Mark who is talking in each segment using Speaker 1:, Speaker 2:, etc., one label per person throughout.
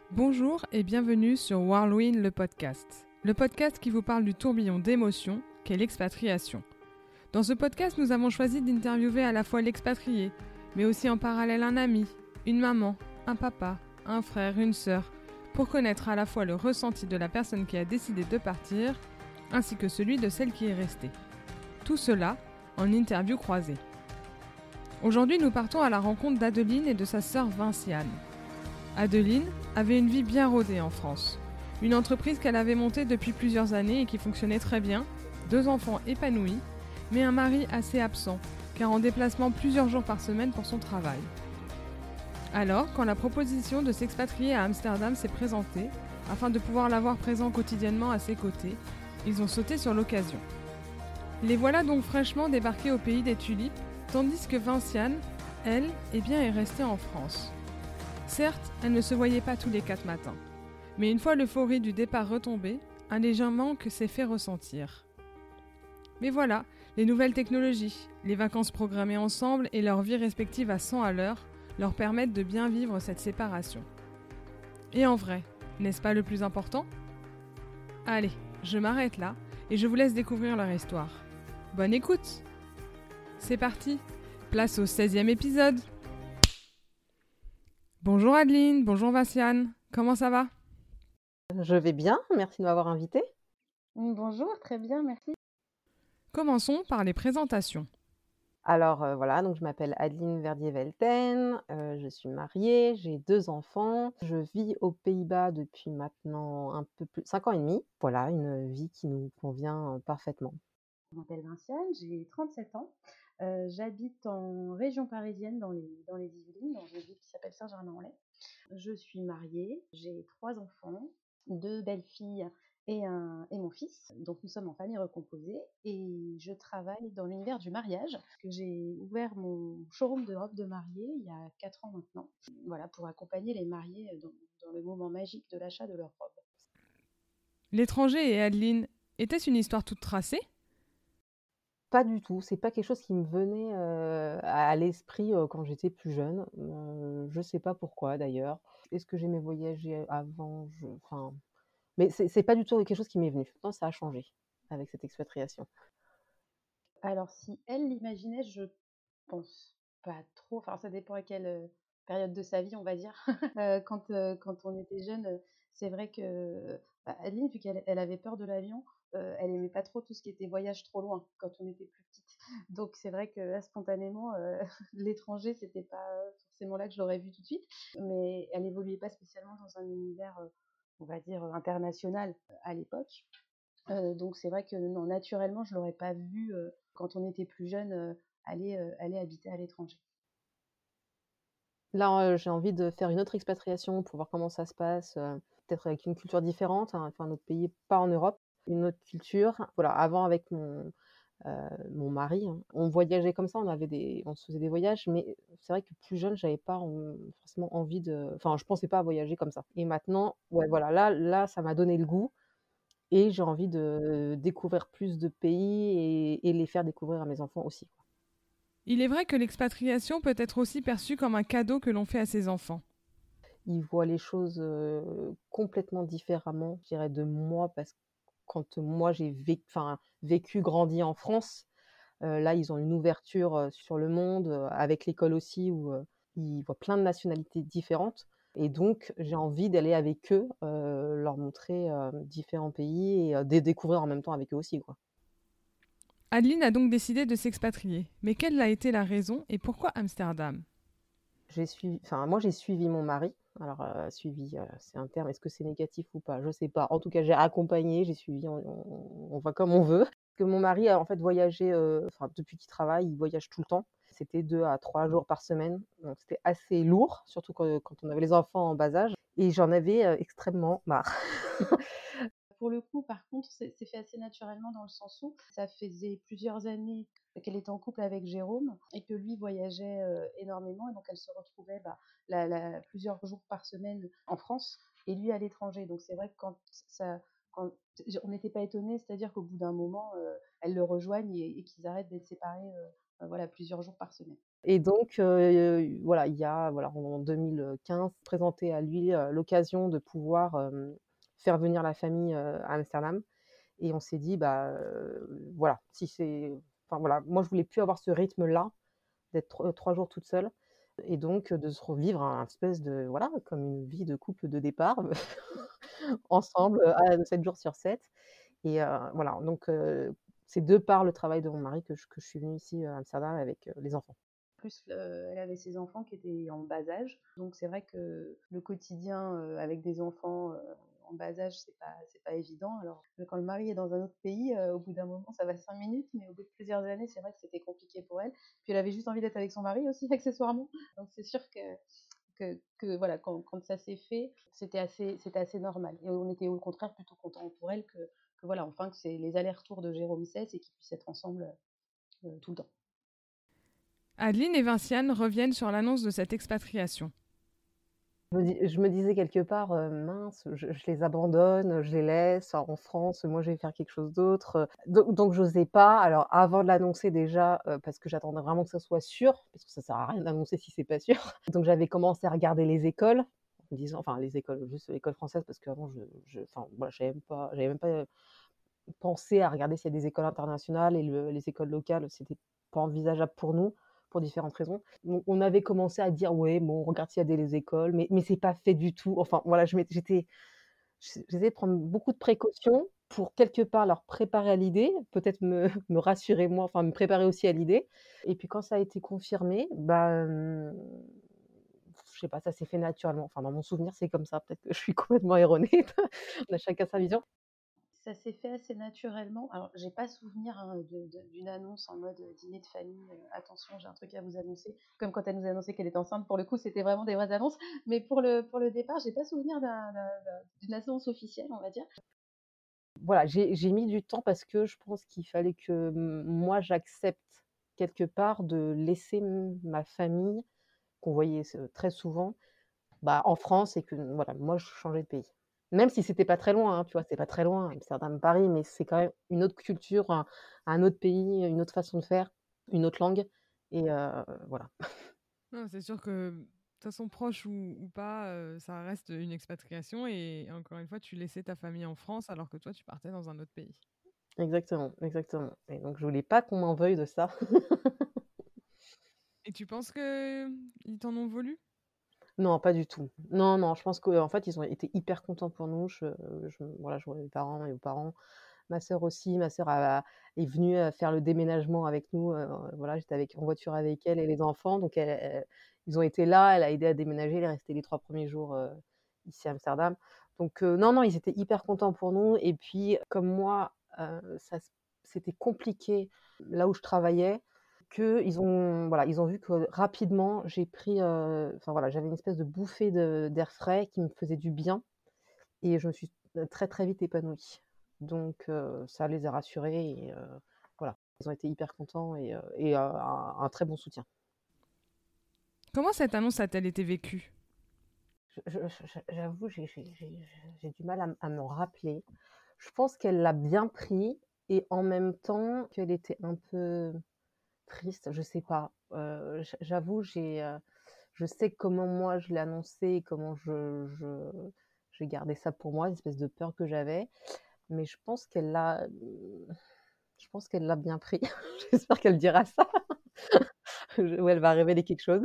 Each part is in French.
Speaker 1: Bonjour et bienvenue sur Whirlwind le podcast qui vous parle du tourbillon d'émotions qu'est l'expatriation. Dans ce podcast, nous avons choisi d'interviewer à la fois l'expatrié, mais aussi en parallèle un ami, une maman, un papa, un frère, une sœur, pour connaître à la fois le ressenti de la personne qui a décidé de partir, ainsi que celui de celle qui est restée. Tout cela en interview croisée. Aujourd'hui, nous partons à la rencontre d'Adeline et de sa sœur Vinciane. Adeline avait une vie bien rodée en France. Une entreprise qu'elle avait montée depuis plusieurs années et qui fonctionnait très bien, 2 enfants épanouis, mais un mari assez absent, car en déplacement plusieurs jours par semaine pour son travail. Alors, quand la proposition de s'expatrier à Amsterdam s'est présentée, afin de pouvoir l'avoir présent quotidiennement à ses côtés, ils ont sauté sur l'occasion. Les voilà donc fraîchement débarqués au pays des tulipes, tandis que Vinciane, elle, est restée en France. Certes, elle ne se voyait pas tous les 4 matins, mais une fois l'euphorie du départ retombée, un léger manque s'est fait ressentir. Mais voilà, les nouvelles technologies, les vacances programmées ensemble et leur vie respective à 100 à l'heure leur permettent de bien vivre cette séparation. Et en vrai, n'est-ce pas le plus important ? Allez, je m'arrête là et je vous laisse découvrir leur histoire. Bonne écoute ! C'est parti, place au 16e épisode. Bonjour Adeline, bonjour Vinciane, comment ça va ?
Speaker 2: Je vais bien, merci de m'avoir invitée.
Speaker 3: Bonjour, très bien, merci.
Speaker 1: Commençons par les présentations.
Speaker 2: Alors voilà, donc je m'appelle Adeline Verdier-Velten, je suis mariée, j'ai 2 enfants. Je vis aux Pays-Bas depuis maintenant un peu plus de 5 ans et demi. Voilà, une vie qui nous convient parfaitement.
Speaker 3: Je m'appelle Vinciane, j'ai 37 ans. J'habite en région parisienne dans les Yvelines, dans une ville qui s'appelle Saint-Germain-en-Laye. Je suis mariée, j'ai 3 enfants, 2 belles-filles et mon fils. Donc nous sommes en famille recomposée et je travaille dans l'univers du mariage, parce que j'ai ouvert mon showroom de robes de mariée il y a 4 ans maintenant. Voilà, pour accompagner les mariés dans le moment magique de l'achat de leurs robes.
Speaker 1: L'étranger et Adeline, était-ce une histoire toute tracée ?
Speaker 2: Pas du tout, c'est pas quelque chose qui me venait à l'esprit quand j'étais plus jeune. Je sais pas pourquoi d'ailleurs. Est-ce que j'aimais voyager avant? Mais c'est pas du tout quelque chose qui m'est venu. Non, ça a changé avec cette expatriation.
Speaker 3: Alors si elle l'imaginait, je pense pas trop. Enfin, ça dépend à quelle période de sa vie, on va dire. Quand on était jeune, c'est vrai que Adeline, vu qu'elle avait peur de l'avion, elle aimait pas trop tout ce qui était voyage trop loin quand on était plus petite. Donc c'est vrai que là, spontanément, l'étranger, c'était pas forcément là que je l'aurais vu tout de suite. Mais elle évoluait pas spécialement dans un univers, on va dire, international à l'époque. Donc c'est vrai que non, naturellement, je l'aurais pas vu quand on était plus jeune aller habiter à l'étranger.
Speaker 2: Là, j'ai envie de faire une autre expatriation pour voir comment ça se passe, peut-être avec une culture différente, hein, enfin un autre pays, pas en Europe, une autre culture. Voilà, avant avec mon mari, hein, on voyageait comme ça, on se faisait des voyages, mais c'est vrai que plus jeune, j'avais pas forcément envie je pensais pas à voyager comme ça. Et maintenant, ouais, voilà, là, ça m'a donné le goût et j'ai envie de découvrir plus de pays et les faire découvrir à mes enfants aussi.
Speaker 1: Il est vrai que l'expatriation peut être aussi perçue comme un cadeau que l'on fait à ses enfants.
Speaker 2: Ils voient les choses complètement différemment, je dirais, de moi, parce que quand moi j'ai vécu, grandi en France, là ils ont une ouverture sur le monde, avec l'école aussi, où ils voient plein de nationalités différentes. Et donc j'ai envie d'aller avec eux, leur montrer différents pays et de découvrir en même temps avec eux aussi, quoi.
Speaker 1: Adeline a donc décidé de s'expatrier. Mais quelle a été la raison et pourquoi Amsterdam ?
Speaker 2: Moi j'ai suivi mon mari. Alors suivi, c'est un terme, est-ce que c'est négatif ou pas? Je sais pas. En tout cas, j'ai accompagné, j'ai suivi, on voit comme on veut. Parce que mon mari a en fait voyagé, depuis qu'il travaille, il voyage tout le temps. C'était 2 à 3 jours par semaine, donc c'était assez lourd, surtout quand on avait les enfants en bas âge, et j'en avais extrêmement marre.
Speaker 3: Pour le coup, par contre, c'est fait assez naturellement dans le sens où ça faisait plusieurs années qu'elle était en couple avec Jérôme et que lui voyageait énormément et donc elle se retrouvait plusieurs jours par semaine en France et lui à l'étranger. Donc c'est vrai que quand on n'était pas étonnés, c'est-à-dire qu'au bout d'un moment, elle le rejoigne et qu'ils arrêtent d'être séparés voilà, plusieurs jours par semaine.
Speaker 2: Et donc voilà, il y a voilà, en 2015, présenté à lui, l'occasion de pouvoir, faire venir la famille, à Amsterdam et on s'est dit: «Bah, voilà, si c'est» enfin voilà, moi je voulais plus avoir ce rythme-là, d'être 3 jours toute seule et donc de se revivre un espèce de voilà, comme une vie de couple de départ, ensemble, à 7 jours sur 7 et voilà, donc c'est de par le travail de mon mari que je suis venue ici, à Amsterdam avec, les enfants.
Speaker 3: Plus, elle avait ses enfants qui étaient en bas âge, donc c'est vrai que le quotidien, avec des enfants, en bas âge, c'est pas évident. Alors, quand le mari est dans un autre pays, au bout d'un moment, ça va 5 minutes, mais au bout de plusieurs années, c'est vrai que c'était compliqué pour elle. Puis elle avait juste envie d'être avec son mari aussi, accessoirement. Donc c'est sûr que voilà, quand ça s'est fait, c'était assez normal et on était au contraire plutôt contents pour elle que voilà, enfin, que c'est les allers-retours de Jérôme cessent et qu'ils puissent être ensemble, tout le temps.
Speaker 1: Adeline et Vinciane reviennent sur l'annonce de cette expatriation.
Speaker 2: Je me disais quelque part, «Mince, je les abandonne, je les laisse en France, moi je vais faire quelque chose d'autre», donc j'osais pas. Alors avant de l'annoncer déjà, parce que j'attendais vraiment que ça soit sûr, parce que ça sert à rien d'annoncer si c'est pas sûr. Donc j'avais commencé à regarder les écoles, en me disant enfin les écoles, juste l'école française parce qu'avant enfin voilà, j'avais même pas, pensé à regarder s'il y a des écoles internationales et les écoles locales, c'était pas envisageable pour nous, pour différentes raisons. Donc on avait commencé à dire: «Ouais, bon, on regarde s'il y a des écoles», mais c'est pas fait du tout. Enfin voilà, j'essayais de prendre beaucoup de précautions pour quelque part leur préparer à l'idée, peut-être me me rassurer moi, enfin me préparer aussi à l'idée et puis quand ça a été confirmé, bah, je sais pas, ça s'est fait naturellement. Enfin dans mon souvenir, c'est comme ça, peut-être que je suis complètement erronée. On a chacun sa vision.
Speaker 3: Ça s'est fait assez naturellement. Alors, j'ai pas souvenir, hein, d'une annonce en mode, dîner de famille, «Attention, j'ai un truc à vous annoncer», comme quand elle nous a annoncé qu'elle était enceinte, pour le coup, c'était vraiment des vraies annonces. Mais pour le départ, j'ai pas souvenir d'une annonce officielle, on va dire.
Speaker 2: Voilà, j'ai mis du temps parce que je pense qu'il fallait que, moi j'accepte quelque part de laisser ma famille, qu'on voyait très souvent, bah, en France et que voilà, moi je changeais de pays. Même si c'était pas très loin, hein, tu vois? C'est pas très loin, Amsterdam, Paris, mais c'est quand même une autre culture, un autre pays, une autre façon de faire, une autre langue et voilà.
Speaker 1: Non, c'est sûr que, de toute façon, proche ou pas, ça reste une expatriation et encore une fois, tu laissais ta famille en France alors que toi, tu partais dans un autre pays.
Speaker 2: Exactement, exactement et donc je voulais pas qu'on m'en veuille de ça.
Speaker 1: Et tu penses qu'ils t'en ont voulu?
Speaker 2: Non, pas du tout. Non, non, je pense qu'en fait, ils ont été hyper contents pour nous. Voilà, je vois mes parents, mes beaux-parents, ma sœur aussi. Ma sœur est venue, faire le déménagement avec nous, voilà, j'étais en voiture avec elle et les enfants, donc ils ont été là, elle a aidé à déménager, elle est restée les 3 premiers jours, ici à Amsterdam. Donc non, non, ils étaient hyper contents pour nous et puis comme moi, c'était compliqué là où je travaillais, ils ont vu que rapidement j'ai pris, enfin voilà, j'avais une espèce de bouffée d'air frais qui me faisait du bien et je me suis, très, très vite épanouie. Donc ça les a rassurés et voilà, ils ont été hyper contents et un très bon soutien.
Speaker 1: Comment cette annonce a-t-elle été vécue?
Speaker 2: J'avoue, j'ai du mal à m'en rappeler. Je pense qu'elle l'a bien pris et en même temps qu'elle était un peu triste, je sais pas. J'avoue, je sais comment moi je l'ai annoncé et comment j'ai gardé ça pour moi, l'espèce de peur que j'avais, mais je pense qu'elle l'a bien pris. J'espère qu'elle dira ça, ou elle va révéler quelque chose.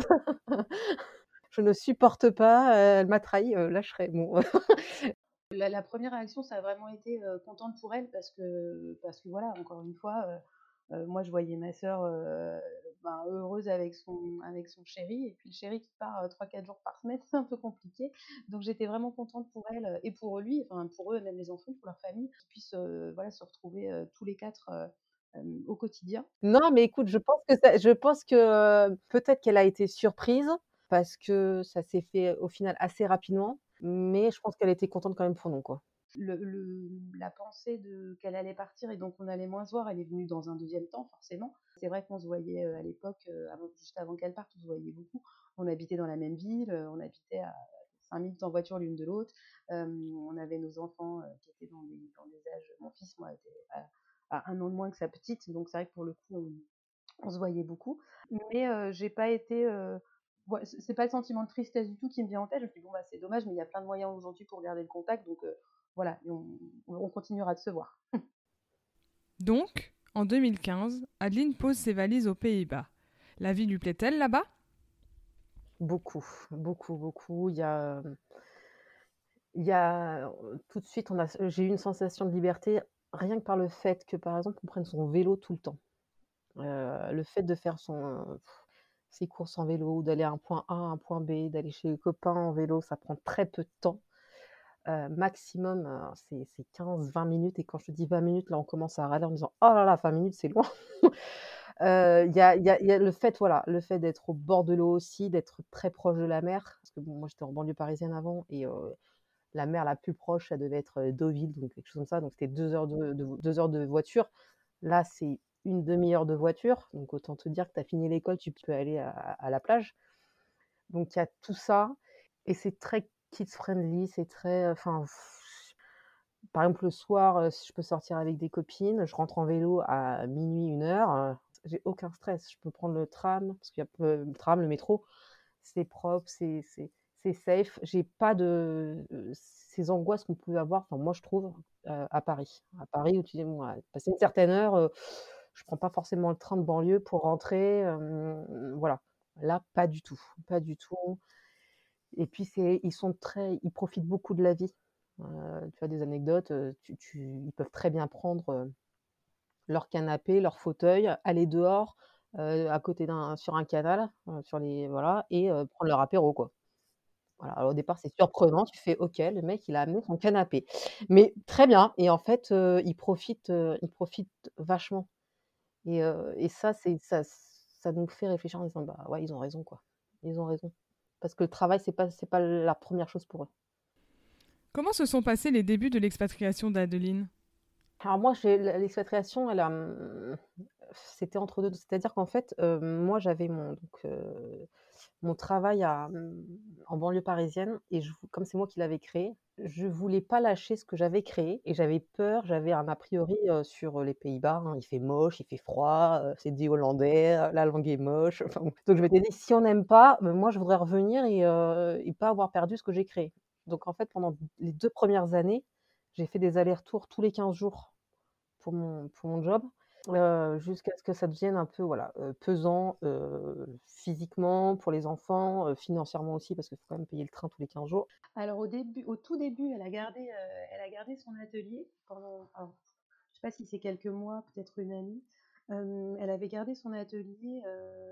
Speaker 2: Je ne supporte pas, elle m'a trahi, lâcherai. Bon.
Speaker 3: La 1re réaction, ça a vraiment été, contente pour elle parce que voilà, encore une fois, moi, je voyais ma sœur, ben, heureuse avec son chéri et puis le chéri qui part, 3-4 jours par semaine, c'est un peu compliqué. Donc j'étais vraiment contente pour elle, et pour lui, enfin pour eux, même les enfants, pour leur famille, qu'ils puissent, voilà, se retrouver, tous les 4 au quotidien.
Speaker 2: Non, mais écoute, je pense que, peut-être qu'elle a été surprise parce que ça s'est fait au final assez rapidement, mais je pense qu'elle était contente quand même pour nous, quoi.
Speaker 3: La pensée qu'elle allait partir et donc on allait moins se voir, elle est venue dans un deuxième temps forcément. C'est vrai qu'on se voyait, à l'époque, juste avant qu'elle parte, on se voyait beaucoup. On habitait dans la même ville, on habitait à 5 minutes en voiture l'une de l'autre. On avait nos enfants, qui étaient dans des âges, mon fils, moi, était à 1 an de moins que sa petite, donc c'est vrai que pour le coup, On se voyait beaucoup, mais j'ai pas été, ouais, c'est pas le sentiment de tristesse du tout qui me vient en tête. Je me dis: «Bon, bah, c'est dommage, mais il y a plein de moyens aujourd'hui pour garder le contact, donc voilà, et on continuera de se voir».
Speaker 1: Donc, en 2015, Adeline pose ses valises aux Pays-Bas. La vie lui plaît-elle là-bas?
Speaker 2: Beaucoup, beaucoup, beaucoup. Tout de suite, j'ai eu une sensation de liberté, rien que par le fait que, par exemple, on prenne son vélo tout le temps. Le fait de faire ses courses en vélo, ou d'aller à un point A, à un point B, d'aller chez les copains en vélo, ça prend très peu de temps. Maximum, c'est 15-20 minutes, et quand je te dis 20 minutes, là, on commence à râler en disant: «Oh là là, 20 minutes, c'est loin!» Il y a le fait, voilà, le fait d'être au bord de l'eau aussi, d'être très proche de la mer, parce que bon, moi, j'étais en banlieue parisienne avant, et la mer la plus proche, ça devait être, Deauville, donc quelque chose comme ça, donc c'était 2 heures de 2 heures de voiture. Là, c'est une demi-heure de voiture, donc autant te dire que tu as fini l'école, tu peux aller à la plage. Donc il y a tout ça, et c'est très kids friendly, c'est très, enfin, par exemple, le soir, si je peux sortir avec des copines, je rentre en vélo à 00:00, 01:00, j'ai aucun stress. Je peux prendre le tram, parce qu'il y a le tram, le métro, c'est propre, c'est safe. J'ai pas ces angoisses qu'on pouvait avoir, enfin moi je trouve, à Paris. À Paris, où tu dis: «Bon, passé une certaine heure, je prends pas forcément le train de banlieue pour rentrer», voilà. Là, pas du tout, pas du tout. Et puis ils profitent beaucoup de la vie. Tu as des anecdotes, ils peuvent très bien prendre, leur canapé, leur fauteuil, aller dehors, à côté sur un canal, voilà, et prendre leur apéro, quoi. Voilà, alors au départ, c'est surprenant, tu fais: «OK, le mec, il a amené son canapé». Mais très bien, et en fait, ils profitent vachement, et ça nous fait réfléchir en disant: «Bah, ouais, ils ont raison, quoi. Ils ont raison». Parce que le travail, c'est pas la première chose pour eux.
Speaker 1: Comment se sont passés les débuts de l'expatriation d'Adeline?
Speaker 2: Alors moi, l'expatriation, c'était entre 2, c'est-à-dire qu'en fait, moi, j'avais mon travail en banlieue parisienne, et comme c'est moi qui l'avais créé, je voulais pas lâcher ce que j'avais créé, et j'avais peur, j'avais un a priori, sur les Pays-Bas, hein. Il fait moche, il fait froid, c'est dit hollandais, la langue est moche, enfin bon. Donc je m'étais dit: «Si on n'aime pas, moi je voudrais revenir, et pas avoir perdu ce que j'ai créé». Donc en fait, pendant les 2 premières années, j'ai fait des allers-retours tous les 15 jours pour mon job, jusqu'à ce que ça devienne un peu, voilà, pesant, physiquement pour les enfants, financièrement aussi, parce qu'il faut quand même payer le train tous les 15 jours.
Speaker 3: Alors au tout début, elle a gardé son atelier pendant, alors, je sais pas si c'est quelques mois, peut-être une année. Elle avait gardé son atelier,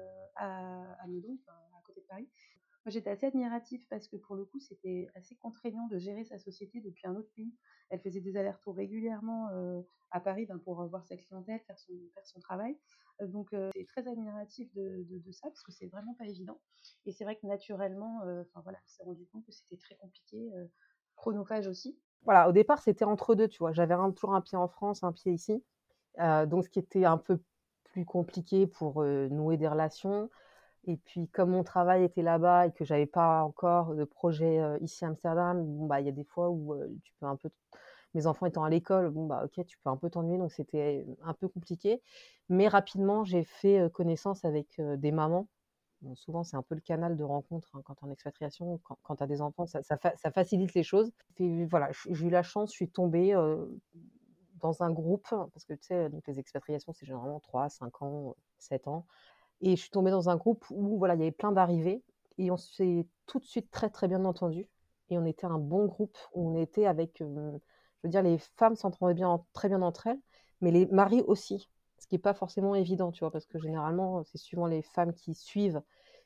Speaker 3: à Meudon, enfin à côté de Paris. Moi, j'étais assez admirative parce que pour le coup, c'était assez contraignant de gérer sa société depuis un autre pays. Elle faisait des allers-retours régulièrement, à Paris, ben, pour voir sa clientèle, faire son travail. Donc c'est très admiratif de ça parce que c'est vraiment pas évident, et c'est vrai que naturellement, enfin voilà, elle s'est rendue compte que c'était très compliqué, chronophage aussi.
Speaker 2: Voilà, au départ, c'était entre 2, tu vois? J'avais toujours un pied en France, un pied ici, donc ce qui était un peu plus compliqué pour, nouer des relations. Et puis comme mon travail était là-bas et que j'avais pas encore de projet, ici à Amsterdam, bon, bah, il y a des fois où, tu peux un peu mes enfants étant à l'école, bon, bah, OK, tu peux un peu t'ennuyer, donc c'était un peu compliqué. Mais rapidement, j'ai fait, connaissance avec, des mamans. Bon, souvent, c'est un peu le canal de rencontre, hein, quand tu es en expatriation, quand tu as des enfants, ça facilite les choses. Et voilà, j'ai eu la chance, je suis tombée, dans un groupe, parce que tu sais, donc les expatriations, c'est généralement 3-5 ans, 7 ans. Et je suis tombée dans un groupe où, voilà, il y avait plein d'arrivées, et on s'est tout de suite très, très bien entendus, et on était un bon groupe où on était avec, je veux dire, les femmes s'entendaient très bien entre elles, mais les maris aussi, ce qui est pas forcément évident, tu vois? Parce que généralement, c'est souvent les femmes qui suivent,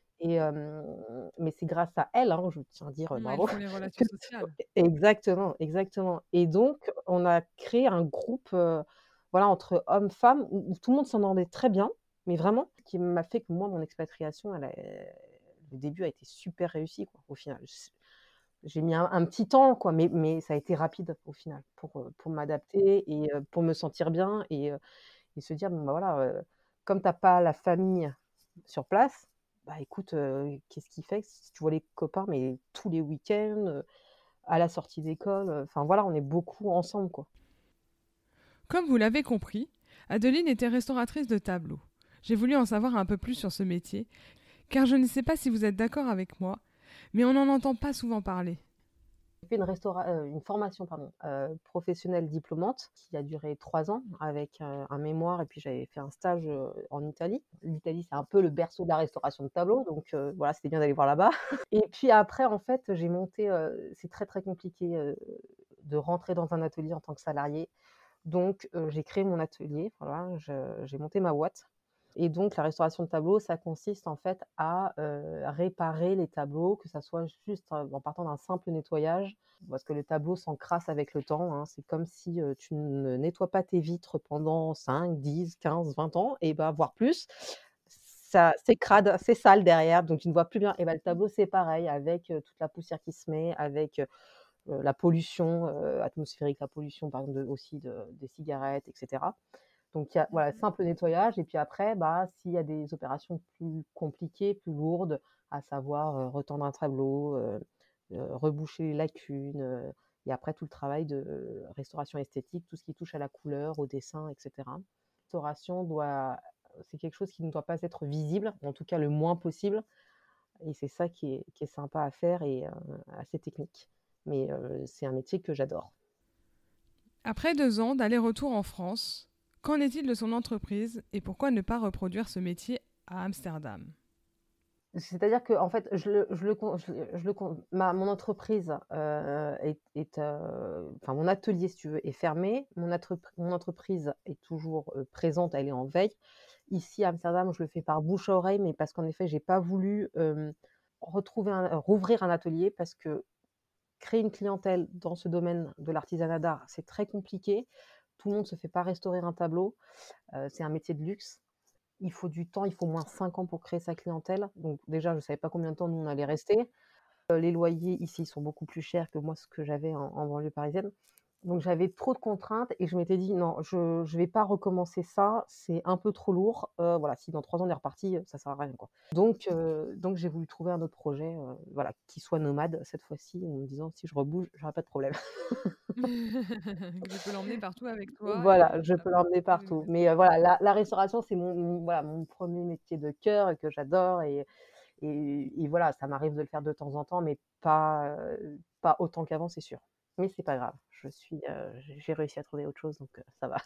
Speaker 2: mais c'est grâce à elles, hein, je tiens à dire,
Speaker 1: Ouais, il
Speaker 2: bravo.
Speaker 1: faut les relations
Speaker 2: que
Speaker 1: sociales.
Speaker 2: Exactement, exactement, et donc on a créé un groupe, voilà, entre hommes-femmes, où tout le monde s'entendait très bien, mais vraiment, ce qui m'a fait que moi, mon expatriation, le début a été super réussi, quoi, au final. J'ai mis un petit temps, quoi, mais ça a été rapide au final pour m'adapter, et pour me sentir bien, et se dire: «Bon, bah, voilà, comme tu as pas la famille sur place, bah, écoute, qu'est-ce qui fait que si tu vois les copains, mais tous les week-ends, à la sortie d'école, enfin voilà, on est beaucoup ensemble, quoi».
Speaker 1: Comme vous l'avez compris, Adeline était restauratrice de tableaux. J'ai voulu en savoir un peu plus sur ce métier, car je ne sais pas si vous êtes d'accord avec moi, mais on n'en entend pas souvent parler.
Speaker 2: J'ai fait une formation professionnelle diplômante qui a duré 3 ans avec un mémoire et puis j'avais fait un stage en Italie. L'Italie, c'est un peu le berceau de la restauration de tableaux, donc voilà, c'était bien d'aller voir là-bas. Et puis après, en fait, j'ai monté, c'est très très compliqué de rentrer dans un atelier en tant que salarié. Donc j'ai créé mon atelier, voilà, j'ai monté ma boîte. Et donc la restauration de tableaux, ça consiste en fait à réparer les tableaux, que ça soit juste en partant d'un simple nettoyage, parce que les tableaux s'encrassent avec le temps, hein. C'est comme si tu ne nettoies pas tes vitres pendant 5, 10, 15, 20 ans, et bah, voire plus. Ça, c'est crade, c'est sale derrière, donc tu ne vois plus bien. Et bah, le tableau, c'est pareil, avec toute la poussière qui se met, avec la pollution atmosphérique, la pollution par exemple aussi des cigarettes, etc. Donc il y a voilà, simple nettoyage et puis après, bah, s'il y a des opérations plus compliquées, plus lourdes, à savoir, retendre un tableau, reboucher les lacunes, et après tout le travail de restauration esthétique, tout ce qui touche à la couleur, au dessin et cetera. Restauration c'est quelque chose qui ne doit pas être visible, en tout cas le moins possible et c'est ça qui est sympa à faire et assez technique. Mais c'est un métier que j'adore.
Speaker 1: Après 2 ans d'aller-retour en France, qu'en est-il de son entreprise et pourquoi ne pas reproduire ce métier à Amsterdam?
Speaker 2: C'est-à-dire qu'en fait, mon entreprise enfin mon atelier, si tu veux, est fermé. Mon entreprise est toujours présente, elle est en veille. Ici, à Amsterdam, je le fais par bouche à oreille, mais parce qu'en effet, j'ai pas voulu rouvrir un atelier parce que créer une clientèle dans ce domaine de l'artisanat d'art, c'est très compliqué. Tout le monde ne se fait pas restaurer un tableau. C'est un métier de luxe. Il faut du temps, il faut au moins 5 ans pour créer sa clientèle. Donc déjà, je ne savais pas combien de temps nous on allait rester. Les loyers ici sont beaucoup plus chers que moi ce que j'avais en banlieue parisienne. Donc j'avais trop de contraintes et je m'étais dit: «Non, je ne vais pas recommencer ça, c'est un peu trop lourd». Voilà, si dans 3 ans on est reparti, ça sert à rien, quoi. Donc j'ai voulu trouver un autre projet, voilà, qui soit nomade cette fois-ci, en me disant: «Si je rebouge, j'aurai pas de problème».
Speaker 1: Tu peux l'emmener partout avec toi
Speaker 2: Voilà,
Speaker 1: et
Speaker 2: je
Speaker 1: ça
Speaker 2: peux
Speaker 1: va
Speaker 2: l'emmener
Speaker 1: pas poser de
Speaker 2: partout.
Speaker 1: questions.
Speaker 2: Mais voilà, la restauration, c'est mon 1er métier de cœur et que j'adore et voilà, ça m'arrive de le faire de temps en temps, mais pas autant qu'avant, c'est sûr. Mais c'est pas grave, j'ai réussi à trouver autre chose, donc ça va.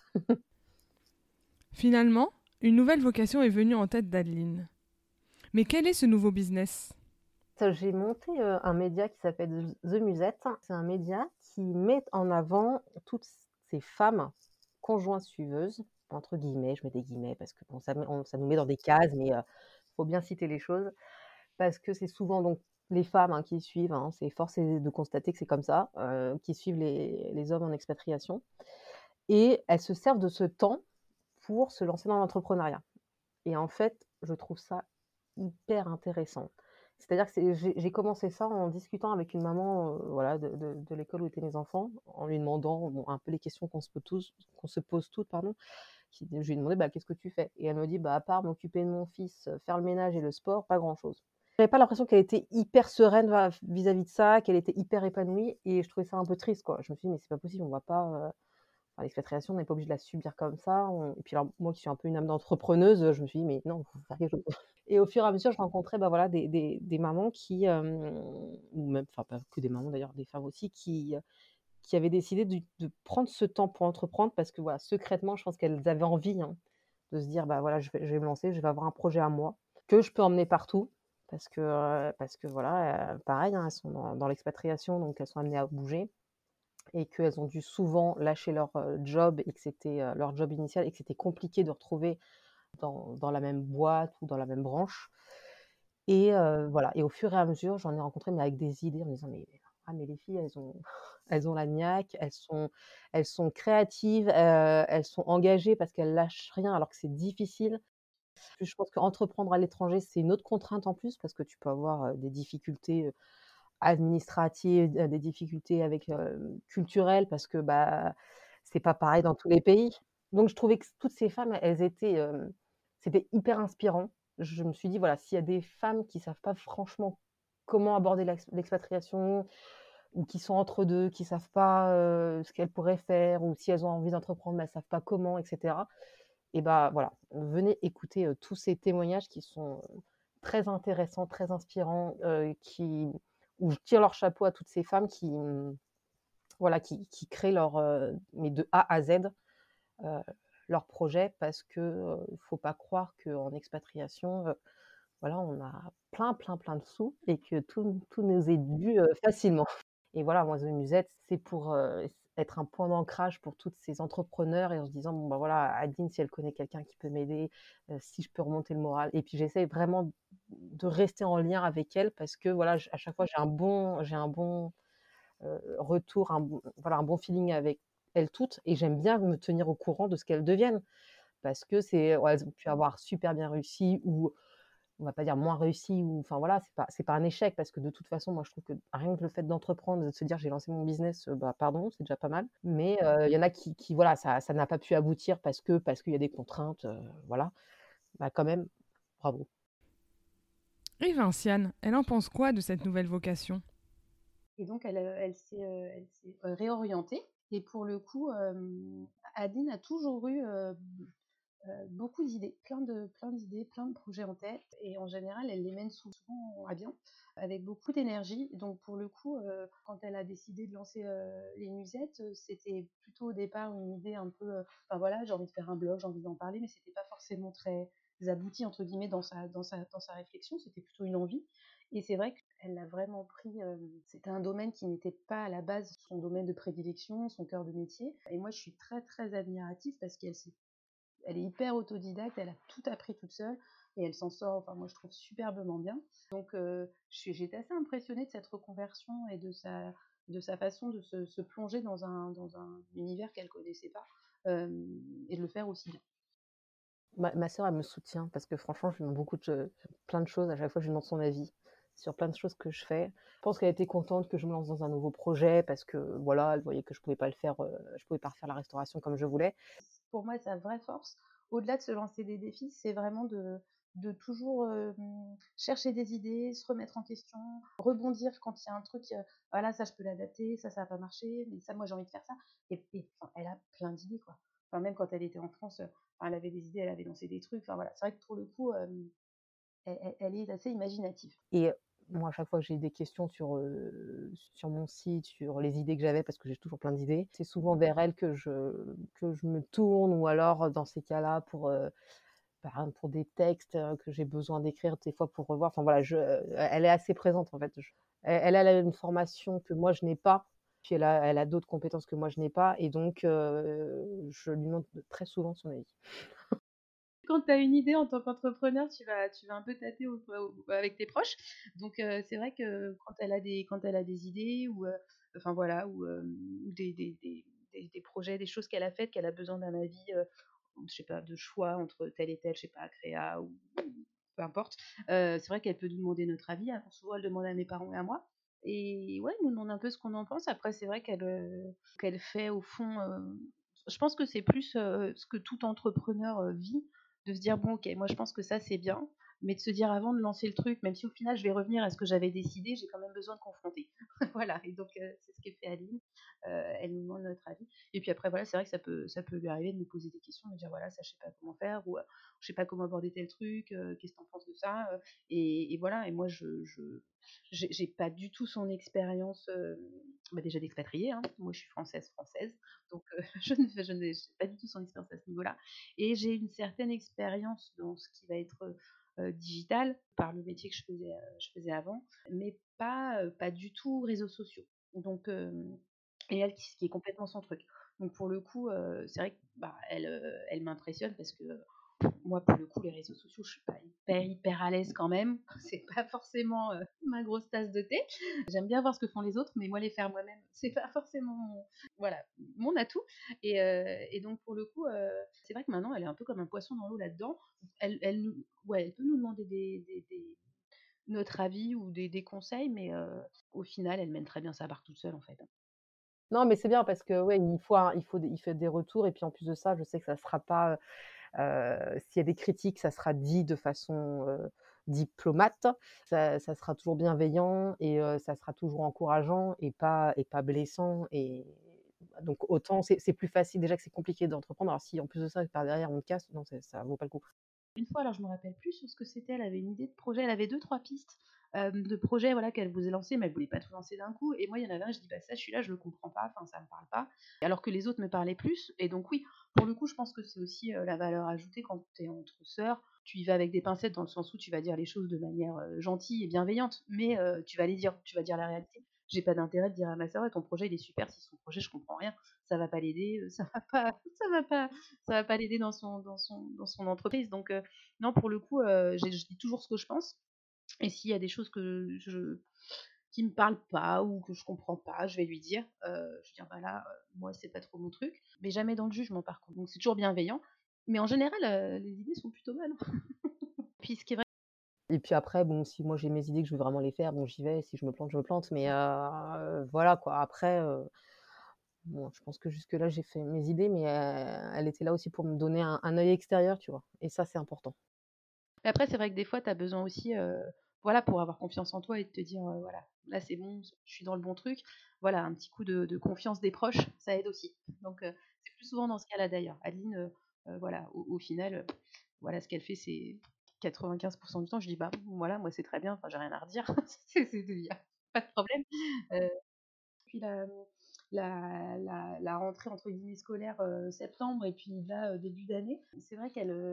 Speaker 1: Finalement, une nouvelle vocation est venue en tête d'Adeline. Mais quel est ce nouveau business?
Speaker 2: J'ai monté un média qui s'appelle The Musette. C'est un média qui met en avant toutes ces femmes conjointes suiveuses, entre guillemets, je mets des guillemets parce que bon, ça nous met dans des cases, mais faut bien citer les choses. Parce que c'est souvent donc les femmes qui suivent, c'est force est de constater que c'est comme ça, qui suivent les hommes en expatriation et elles se servent de ce temps pour se lancer dans l'entrepreneuriat et en fait, je trouve ça hyper intéressant. C'est-à-dire que j'ai commencé ça en discutant avec une maman, voilà, de l'école où étaient mes enfants, en lui demandant, bon, un peu les questions qu'on se pose toutes, pardon. Je lui ai demandé: «Bah, qu'est-ce que tu fais?» et elle me dit: «Bah, à part m'occuper de mon fils, faire le ménage et le sport, pas grand-chose». J'avais pas l'impression qu'elle était hyper sereine vis-à-vis de ça, qu'elle était hyper épanouie et je trouvais ça un peu triste, quoi. Je me suis dit: «Mais c'est pas possible, on va pas, enfin l'expatriation, on n'est pas obligé de la subir comme ça». Et puis alors moi qui suis un peu une âme d'entrepreneuse, je me suis dit: «Mais non, faut faire quelque chose». Et au fur et à mesure, je rencontrais, bah, voilà, des mamans ou même, enfin pas que des mamans d'ailleurs, des femmes aussi qui avaient décidé de prendre ce temps pour entreprendre parce que voilà, secrètement, je pense qu'elles avaient envie, de se dire: «Bah, voilà, je vais me lancer, je vais avoir un projet à moi, que je peux emmener partout». Parce que voilà, pareil, elles sont dans l'expatriation, donc elles sont amenées à bouger et qu'elles ont dû souvent lâcher leur job et que c'était leur job initial et que c'était compliqué de retrouver dans la même boîte ou dans la même branche. Et voilà, et au fur et à mesure, j'en ai rencontré, mais avec des idées en me disant: mais les filles, elles ont la niaque, elles sont créatives, elles sont engagées parce qu'elles lâchent rien alors que c'est difficile». Puis je pense qu'entreprendre à l'étranger, c'est une autre contrainte en plus parce que tu peux avoir des difficultés administratives, des difficultés culturelles parce que bah, c'est pas pareil dans tous les pays. Donc je trouvais que toutes ces femmes, elles étaient, c'était hyper inspirant. Je me suis dit: «Voilà, s'il y a des femmes qui savent pas franchement comment aborder l'expatriation ou qui sont entre 2, qui savent pas ce qu'elles pourraient faire ou si elles ont envie d'entreprendre, mais elles savent pas comment et cetera» Et bah, voilà, venez écouter, tous ces témoignages qui sont, très intéressants, très inspirants, où je tire leur chapeau à toutes ces femmes voilà, qui créent mais de A à Z, heu, leur projet parce que, faut pas croire qu'en expatriation, voilà, on a plein, plein, plein de sous et que tout nous est dû, facilement. Et voilà, moi, The Musette, c'est pour, être un point d'ancrage pour toutes ces entrepreneurs et en se disant: «Bon, bah, voilà, Adine, si elle connaît quelqu'un qui peut m'aider, si je peux remonter le moral» et puis j'essaie vraiment de rester en lien avec elle parce que voilà, à chaque fois, j'ai un bon retour, voilà, un bon feeling avec elles toutes et j'aime bien me tenir au courant de ce qu'elles deviennent parce que ouais, elles ont pu avoir super bien réussi ou on va pas dire moins réussi ou enfin voilà, c'est pas un échec parce que de toute façon, moi je trouve que rien que le fait d'entreprendre, de se dire: «J'ai lancé mon business», bah, pardon, c'est déjà pas mal. Mais il y en a qui voilà, ça n'a pas pu aboutir parce qu'il y a des contraintes, voilà. Bah, quand même, bravo.
Speaker 1: Et Vinciane, elle en pense quoi de cette nouvelle vocation?
Speaker 3: Et donc elle s'est réorientée et pour le coup, Adine a toujours eu, beaucoup d'idées, plein d'idées, plein de projets en tête et en général, elle les mène souvent à bien avec beaucoup d'énergie. Donc pour le coup, quand elle a décidé de lancer, les musettes, c'était plutôt au départ une idée un peu, enfin voilà, j'ai envie de faire un blog, j'ai envie d'en parler, mais c'était pas forcément très «abouti» entre guillemets dans sa réflexion, c'était plutôt une envie et c'est vrai qu'elle l'a vraiment pris, c'était un domaine qui n'était pas à la base son domaine de prédilection, son cœur de métier et moi je suis très, très admirative parce elle est hyper autodidacte, elle a tout appris toute seule et elle s'en sort, enfin moi je trouve superbement bien. Donc j'étais assez impressionnée de cette reconversion et de sa façon de se plonger dans un univers qu'elle connaissait pas et de le faire aussi bien.
Speaker 2: Ma sœur, elle me soutient parce que franchement, je lui demande plein de choses. À chaque fois, je lui demande son avis sur plein de choses que je fais. Je pense qu'elle était contente que je me lance dans un nouveau projet parce que, voilà, elle voyait que je pouvais pas le faire, je pouvais pas refaire la restauration comme je voulais.
Speaker 3: Pour moi, sa vraie force, au-delà de se lancer des défis, c'est vraiment de toujours chercher des idées, se remettre en question, rebondir quand il y a un truc, voilà, ça je peux l'adapter, ça va pas marcher, mais ça, moi j'ai envie de faire ça. Et enfin, elle a plein d'idées, quoi. Enfin, même quand elle était en France, enfin, elle avait des idées, elle avait lancé des trucs. Enfin voilà, c'est vrai que pour le coup, elle est assez imaginative.
Speaker 2: Et moi, à chaque fois que j'ai des questions sur mon site, sur les idées que j'avais, parce que j'ai toujours plein d'idées, c'est souvent vers elle que je me tourne ou alors dans ces cas-là par exemple, pour des textes, que j'ai besoin d'écrire des fois pour revoir. Enfin voilà, elle est assez présente en fait. Elle a une formation que moi je n'ai pas, puis elle a d'autres compétences que moi je n'ai pas et donc je lui demande très souvent son avis.
Speaker 3: Quand tu as une idée en tant qu'entrepreneur, tu vas un peu tâter avec tes proches. Donc c'est vrai que quand elle a des idées ou enfin voilà ou des projets, des choses qu'elle a faites, qu'elle a besoin d'un avis, je sais pas, de choix entre tel et tel, je sais pas, créa ou peu importe. C'est vrai qu'elle peut nous demander notre avis. Alors souvent, elle demande à mes parents et à moi. Et ouais, elle nous demande un peu ce qu'on en pense. Après, c'est vrai qu'elle fait au fond. Je pense que c'est plus ce que tout entrepreneur vit, de se dire bon, ok, moi je pense que ça c'est bien, mais de se dire avant de lancer le truc, même si au final je vais revenir à ce que j'avais décidé, j'ai quand même besoin de confronter. Voilà. Et donc c'est ce que fait Aline. Elle nous demande notre avis. Et puis après, voilà, c'est vrai que ça peut lui arriver de nous poser des questions, de me dire voilà, ça je sais pas comment faire ou je sais pas comment aborder tel truc, qu'est-ce que t'en penses de ça et voilà. Et moi, j'ai pas du tout son expérience, bah déjà d'expatriée, hein. Moi, je suis française, donc je n'ai pas du tout son expérience à ce niveau-là. Et j'ai une certaine expérience dans ce qui va être digital par le métier que je faisais avant, mais pas du tout réseaux sociaux. Donc, et elle, qui est complètement son truc. Donc pour le coup, c'est vrai que bah, elle m'impressionne parce que moi, pour le coup, les réseaux sociaux, je suis pas hyper à l'aise quand même. C'est pas forcément ma grosse tasse de thé. J'aime bien voir ce que font les autres, mais moi, les faire moi-même, c'est pas forcément voilà, mon atout. Et donc, pour le coup, c'est vrai que maintenant, elle est un peu comme un poisson dans l'eau là-dedans. Ouais, elle peut nous demander notre avis ou des conseils, mais au final, elle mène très bien sa barque toute seule, en fait.
Speaker 2: Non, mais c'est bien parce que ouais, il fait des retours et puis en plus de ça, je sais que ça sera pas, s'il y a des critiques, ça sera dit de façon, diplomate. Ça sera toujours bienveillant et ça sera toujours encourageant et pas blessant et Donc autant c'est plus facile déjà que c'est compliqué d'entreprendre. Alors si en plus de ça, par derrière on te casse, non, ça vaut pas le coup.
Speaker 3: Une fois, alors je me rappelle plus sur ce que c'était, elle avait une idée de projet, elle avait 2-3 pistes, de projets, voilà, qu'elle voulait lancer, mais elle voulait pas tout lancer d'un coup et moi, il y en avait un, je dis: «Bah, ça, celui-là, je le comprends pas, enfin, ça me parle pas», alors que les autres me parlaient plus et donc oui, pour le coup, je pense que c'est aussi, la valeur ajoutée quand tu es entre sœurs. Tu y vas avec des pincettes dans le sens où tu vas dire les choses de manière, gentille et bienveillante, mais tu vas les dire, tu vas dire la réalité. J'ai pas d'intérêt de dire à ma sœur: «Ouais, ton projet, il est super, si son projet, je comprends rien, ça va pas l'aider, ça va pas l'aider dans son entreprise», donc non, pour le coup, je dis toujours ce que je pense et s'il y a des choses qui me parlent pas ou que je comprends pas, je vais lui dire, je vais dire: «Bah là, moi, c'est pas trop mon truc», mais jamais dans le jugement par contre, donc c'est toujours bienveillant, mais en général, les idées sont plutôt bonnes. Puis ce qui est vrai.
Speaker 2: Et puis après, bon, si moi j'ai mes idées que je veux vraiment les faire, bon, j'y vais. Si je me plante, je me plante. Mais voilà quoi. Après, bon, je pense que jusque-là, j'ai fait mes idées, mais elle était là aussi pour me donner un œil extérieur, tu vois. Et ça, c'est important.
Speaker 3: Mais après, c'est vrai que des fois, tu as besoin aussi, voilà, pour avoir confiance en toi et de te dire, voilà, là c'est bon, je suis dans le bon truc. Voilà, un petit coup de confiance des proches, ça aide aussi. Donc, c'est plus souvent dans ce cas-là d'ailleurs. Adeline, voilà, au final, voilà, ce qu'elle fait, c'est 95% du temps, je dis: «Bah, voilà, moi c'est très bien, enfin j'ai rien à redire». Il y a pas de problème. Heu, Puis la rentrée entre guillemets scolaire, septembre et puis là, début d'année, c'est vrai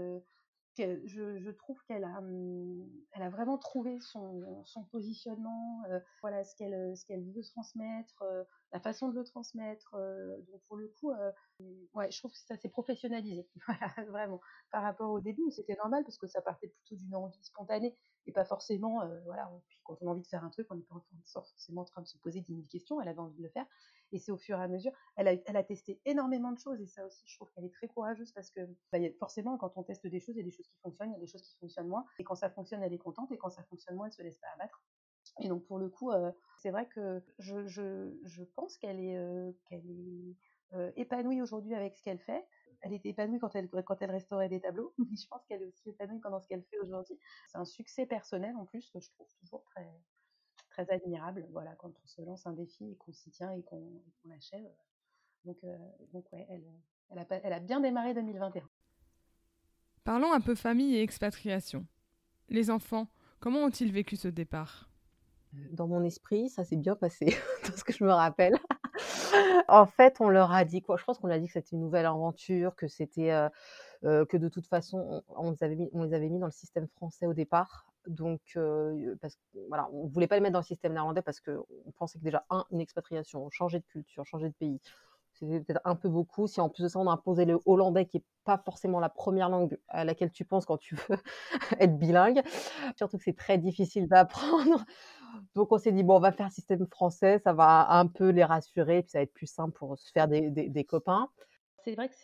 Speaker 3: je trouve elle a vraiment trouvé son positionnement, voilà ce qu'elle veut transmettre, la façon de le transmettre, donc pour le coup, ouais, je trouve que ça s'est professionnalisé, voilà, vraiment. Par rapport au début où c'était normal parce que ça partait plutôt d'une envie spontanée et pas forcément, voilà, puis quand on a envie de faire un truc, on n'est pas forcément en train de se poser 10 000 questions, elle avait envie de le faire et c'est au fur et à mesure. Elle a testé énormément de choses et ça aussi, je trouve qu'elle est très courageuse parce que bah, forcément, quand on teste des choses, il y a des choses qui fonctionnent, il y a des choses qui fonctionnent moins. Et quand ça fonctionne, elle est contente et quand ça fonctionne moins, elle se laisse pas abattre. Et donc, pour le coup, c'est vrai que je pense qu'elle est épanouie aujourd'hui avec ce qu'elle fait. Elle était épanouie quand elle restaurait des tableaux, mais je pense qu'elle est aussi épanouie dans ce qu'elle fait aujourd'hui. C'est un succès personnel en plus que je trouve toujours très, très admirable. Voilà, quand on se lance un défi et qu'on s'y tient et qu'on l'achève. Donc, euh, donc ouais, elle a bien démarré 2021.
Speaker 1: Parlons un peu famille et expatriation. Les enfants, comment ont-ils vécu ce départ?
Speaker 2: Dans mon esprit, ça s'est bien passé, dans ce que je me rappelle. En fait, on leur a dit quoi? Je pense qu'on a dit que c'était une nouvelle aventure, que c'était, que de toute façon, on les avait mis dans le système français au départ. Donc, parce que voilà, on voulait pas les mettre dans le système néerlandais parce qu'on pensait que déjà, une expatriation, changer de culture, changer de pays, c'était peut-être un peu beaucoup. Si en plus de ça, on imposait le hollandais, qui est pas forcément la première langue à laquelle tu penses quand tu veux être bilingue, surtout que c'est très difficile d'apprendre. Donc on s'est dit: «Bon, on va faire système français, ça va un peu les rassurer, puis ça va être plus simple pour se faire des copains».
Speaker 3: C'est vrai que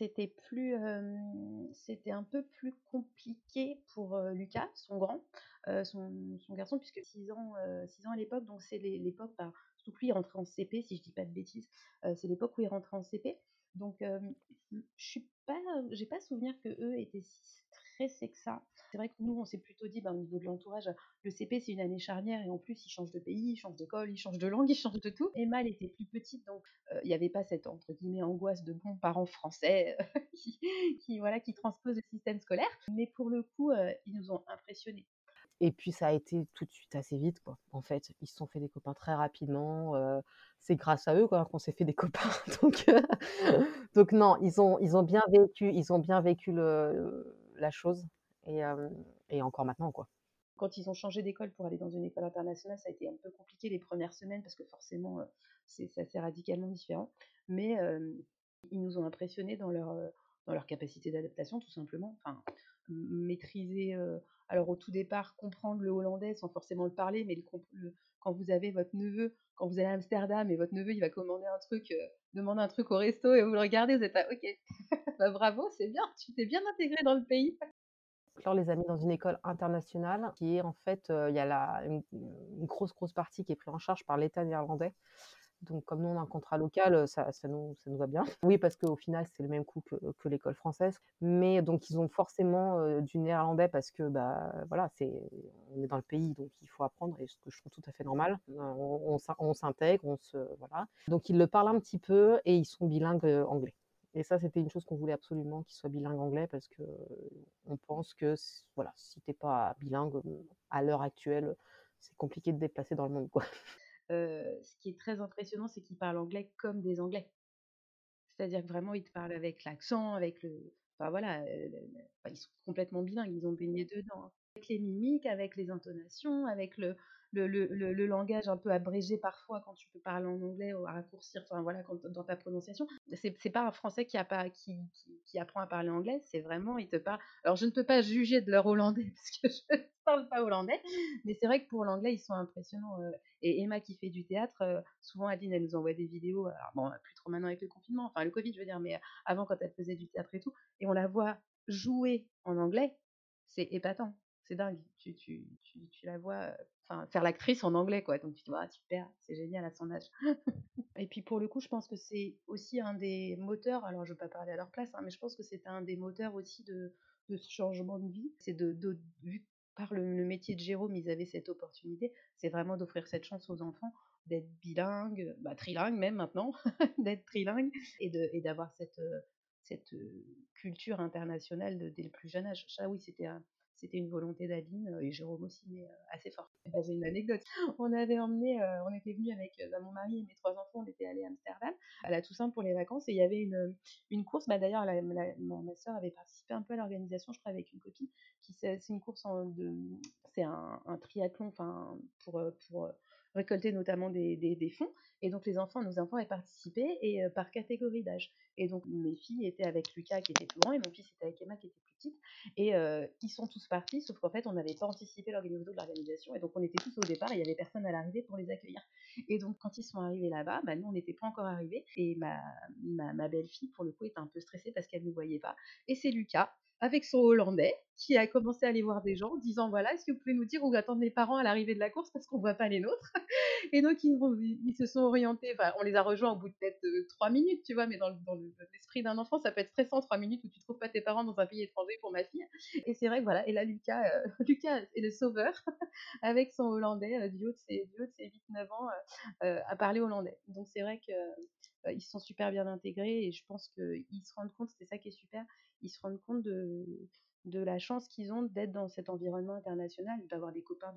Speaker 3: c'était un peu plus compliqué pour, Lucas, son grand, son garçon puisque 6 ans à l'époque, donc c'est l'époque, bah, surtout que lui il rentrait en CP si je dis pas de bêtises, c'est l'époque où il rentrait en CP. Donc je suis pas j'ai pas souvenir qu'eux étaient si stressés que ça. C'est vrai que nous on s'est plutôt dit, bah, au niveau de l'entourage, le CP c'est une année charnière et en plus il change de pays, il change d'école, il change de langue, il change de tout. Emma elle était plus petite donc il n'y avait pas cette entre guillemets angoisse de bons parents français qui, voilà, qui transposent le système scolaire. Mais pour le coup, ils nous ont impressionnés.
Speaker 2: Et puis ça a été tout de suite assez vite, quoi. En fait, ils se sont fait des copains très rapidement, c'est grâce à eux, quoi, qu'on s'est fait des copains. Donc donc non, ils ont bien vécu la chose et encore maintenant, quoi.
Speaker 3: Quand ils ont changé d'école pour aller dans une école internationale, ça a été un peu compliqué les premières semaines parce que forcément, c'est assez radicalement différent. Mais ils nous ont impressionnés dans leur capacité d'adaptation, tout simplement. Enfin, maîtriser, alors au tout départ, comprendre le hollandais sans forcément le parler, mais quand vous avez votre neveu, quand vous allez à Amsterdam et votre neveu, il va commander un truc, demander un truc au resto et vous le regardez, vous êtes là, ok, bah bravo, c'est bien, tu t'es bien intégré dans le pays.
Speaker 2: On les a mis dans une école internationale qui est en fait, il y a une grosse partie qui est prise en charge par l'État néerlandais. Donc comme nous, on a un contrat local, ça nous va bien. Oui, parce qu'au final, c'est le même coût que l'école française. Mais donc ils ont forcément, du néerlandais parce que, bah, voilà, on est dans le pays, donc il faut apprendre et ce que je trouve tout à fait normal. On s'intègre, voilà. Donc ils le parlent un petit peu et ils sont bilingues, anglais. Et ça, c'était une chose qu'on voulait absolument, qu'ils soient bilingues anglais parce que, on pense que voilà, si tu es pas bilingue, à l'heure actuelle, c'est compliqué de te déplacer dans le monde, quoi.
Speaker 3: Ce qui est très impressionnant, c'est qu'ils parlent anglais comme des Anglais. C'est-à-dire que vraiment, ils te parlent avec l'accent, avec le enfin voilà, enfin, ils sont complètement bilingues, ils ont baigné dedans, hein. Avec les mimiques, avec les intonations, avec le langage un peu abrégé parfois quand tu peux parler en anglais ou à raccourcir, enfin voilà, quand dans ta prononciation. C'est pas un Français qui a pas qui apprend à parler anglais, c'est vraiment il te parle alors je ne peux pas juger de leur hollandais parce que je ne parle pas hollandais, mais c'est vrai que pour l'anglais, ils sont impressionnants, et Emma qui fait du théâtre, souvent Adeline, elle nous envoie des vidéos, alors bon, plus trop maintenant avec le confinement, enfin le Covid, je veux dire, mais avant quand elle faisait du théâtre et tout, et on la voit jouer en anglais, c'est épatant, c'est dingue. Tu la vois enfin, faire l'actrice en anglais, quoi. Donc tu dis, ah, super, c'est génial à son âge. Et puis pour le coup, je pense que c'est aussi un des moteurs, alors je ne veux pas parler à leur place, hein, mais je pense que c'est un des moteurs aussi de ce changement de vie. C'est vu que par le métier de Jérôme, ils avaient cette opportunité, c'est vraiment d'offrir cette chance aux enfants d'être bilingues, bah, trilingues même maintenant, d'être trilingues et d'avoir cette culture internationale dès le plus jeune âge. Ça, oui, c'était une volonté d'Adeline et Jérôme aussi, mais assez fort. Bah, j'ai une anecdote. On était venus avec bah, mon mari et mes 3 enfants, on était allés à Amsterdam à la Toussaint pour les vacances et il y avait une course. Bah, d'ailleurs, ma soeur avait participé un peu à l'organisation, je crois, avec une copine. C'est une course c'est un triathlon, enfin pour récolter notamment des fonds. Et donc nos enfants avaient participé et par catégorie d'âge. Et donc mes filles étaient avec Lucas qui était plus grand et mon fils était avec Emma qui était plus petite. Et ils sont tous partis, sauf qu'en fait, on n'avait pas anticipé l'organisation de l'organisation. Et donc, on était tous au départ et il n'y avait personne à l'arrivée pour les accueillir. Et donc, quand ils sont arrivés là-bas, bah, nous, on n'était pas encore arrivés. Et ma belle-fille, pour le coup, était un peu stressée parce qu'elle ne nous voyait pas. Et c'est Lucas, avec son hollandais, qui a commencé à aller voir des gens en disant voilà, est-ce que vous pouvez nous dire où attendent les parents à l'arrivée de la course parce qu'on ne voit pas les nôtres. Et donc, ils se sont orientés, enfin, on les a rejoints au bout de peut-être 3 minutes, tu vois, mais dans l'esprit d'un enfant, ça peut être stressant, 3 minutes où tu ne trouves pas tes parents dans un pays étranger pour ma fille. Et c'est vrai que voilà, et là, Lucas, Lucas est le sauveur avec son hollandais du haut de ses 8-9 ans à parler hollandais. Donc c'est vrai que ils se sont super bien intégrés et je pense qu'ils se rendent compte, c'est ça qui est super, ils se rendent compte de la chance qu'ils ont d'être dans cet environnement international, d'avoir des copains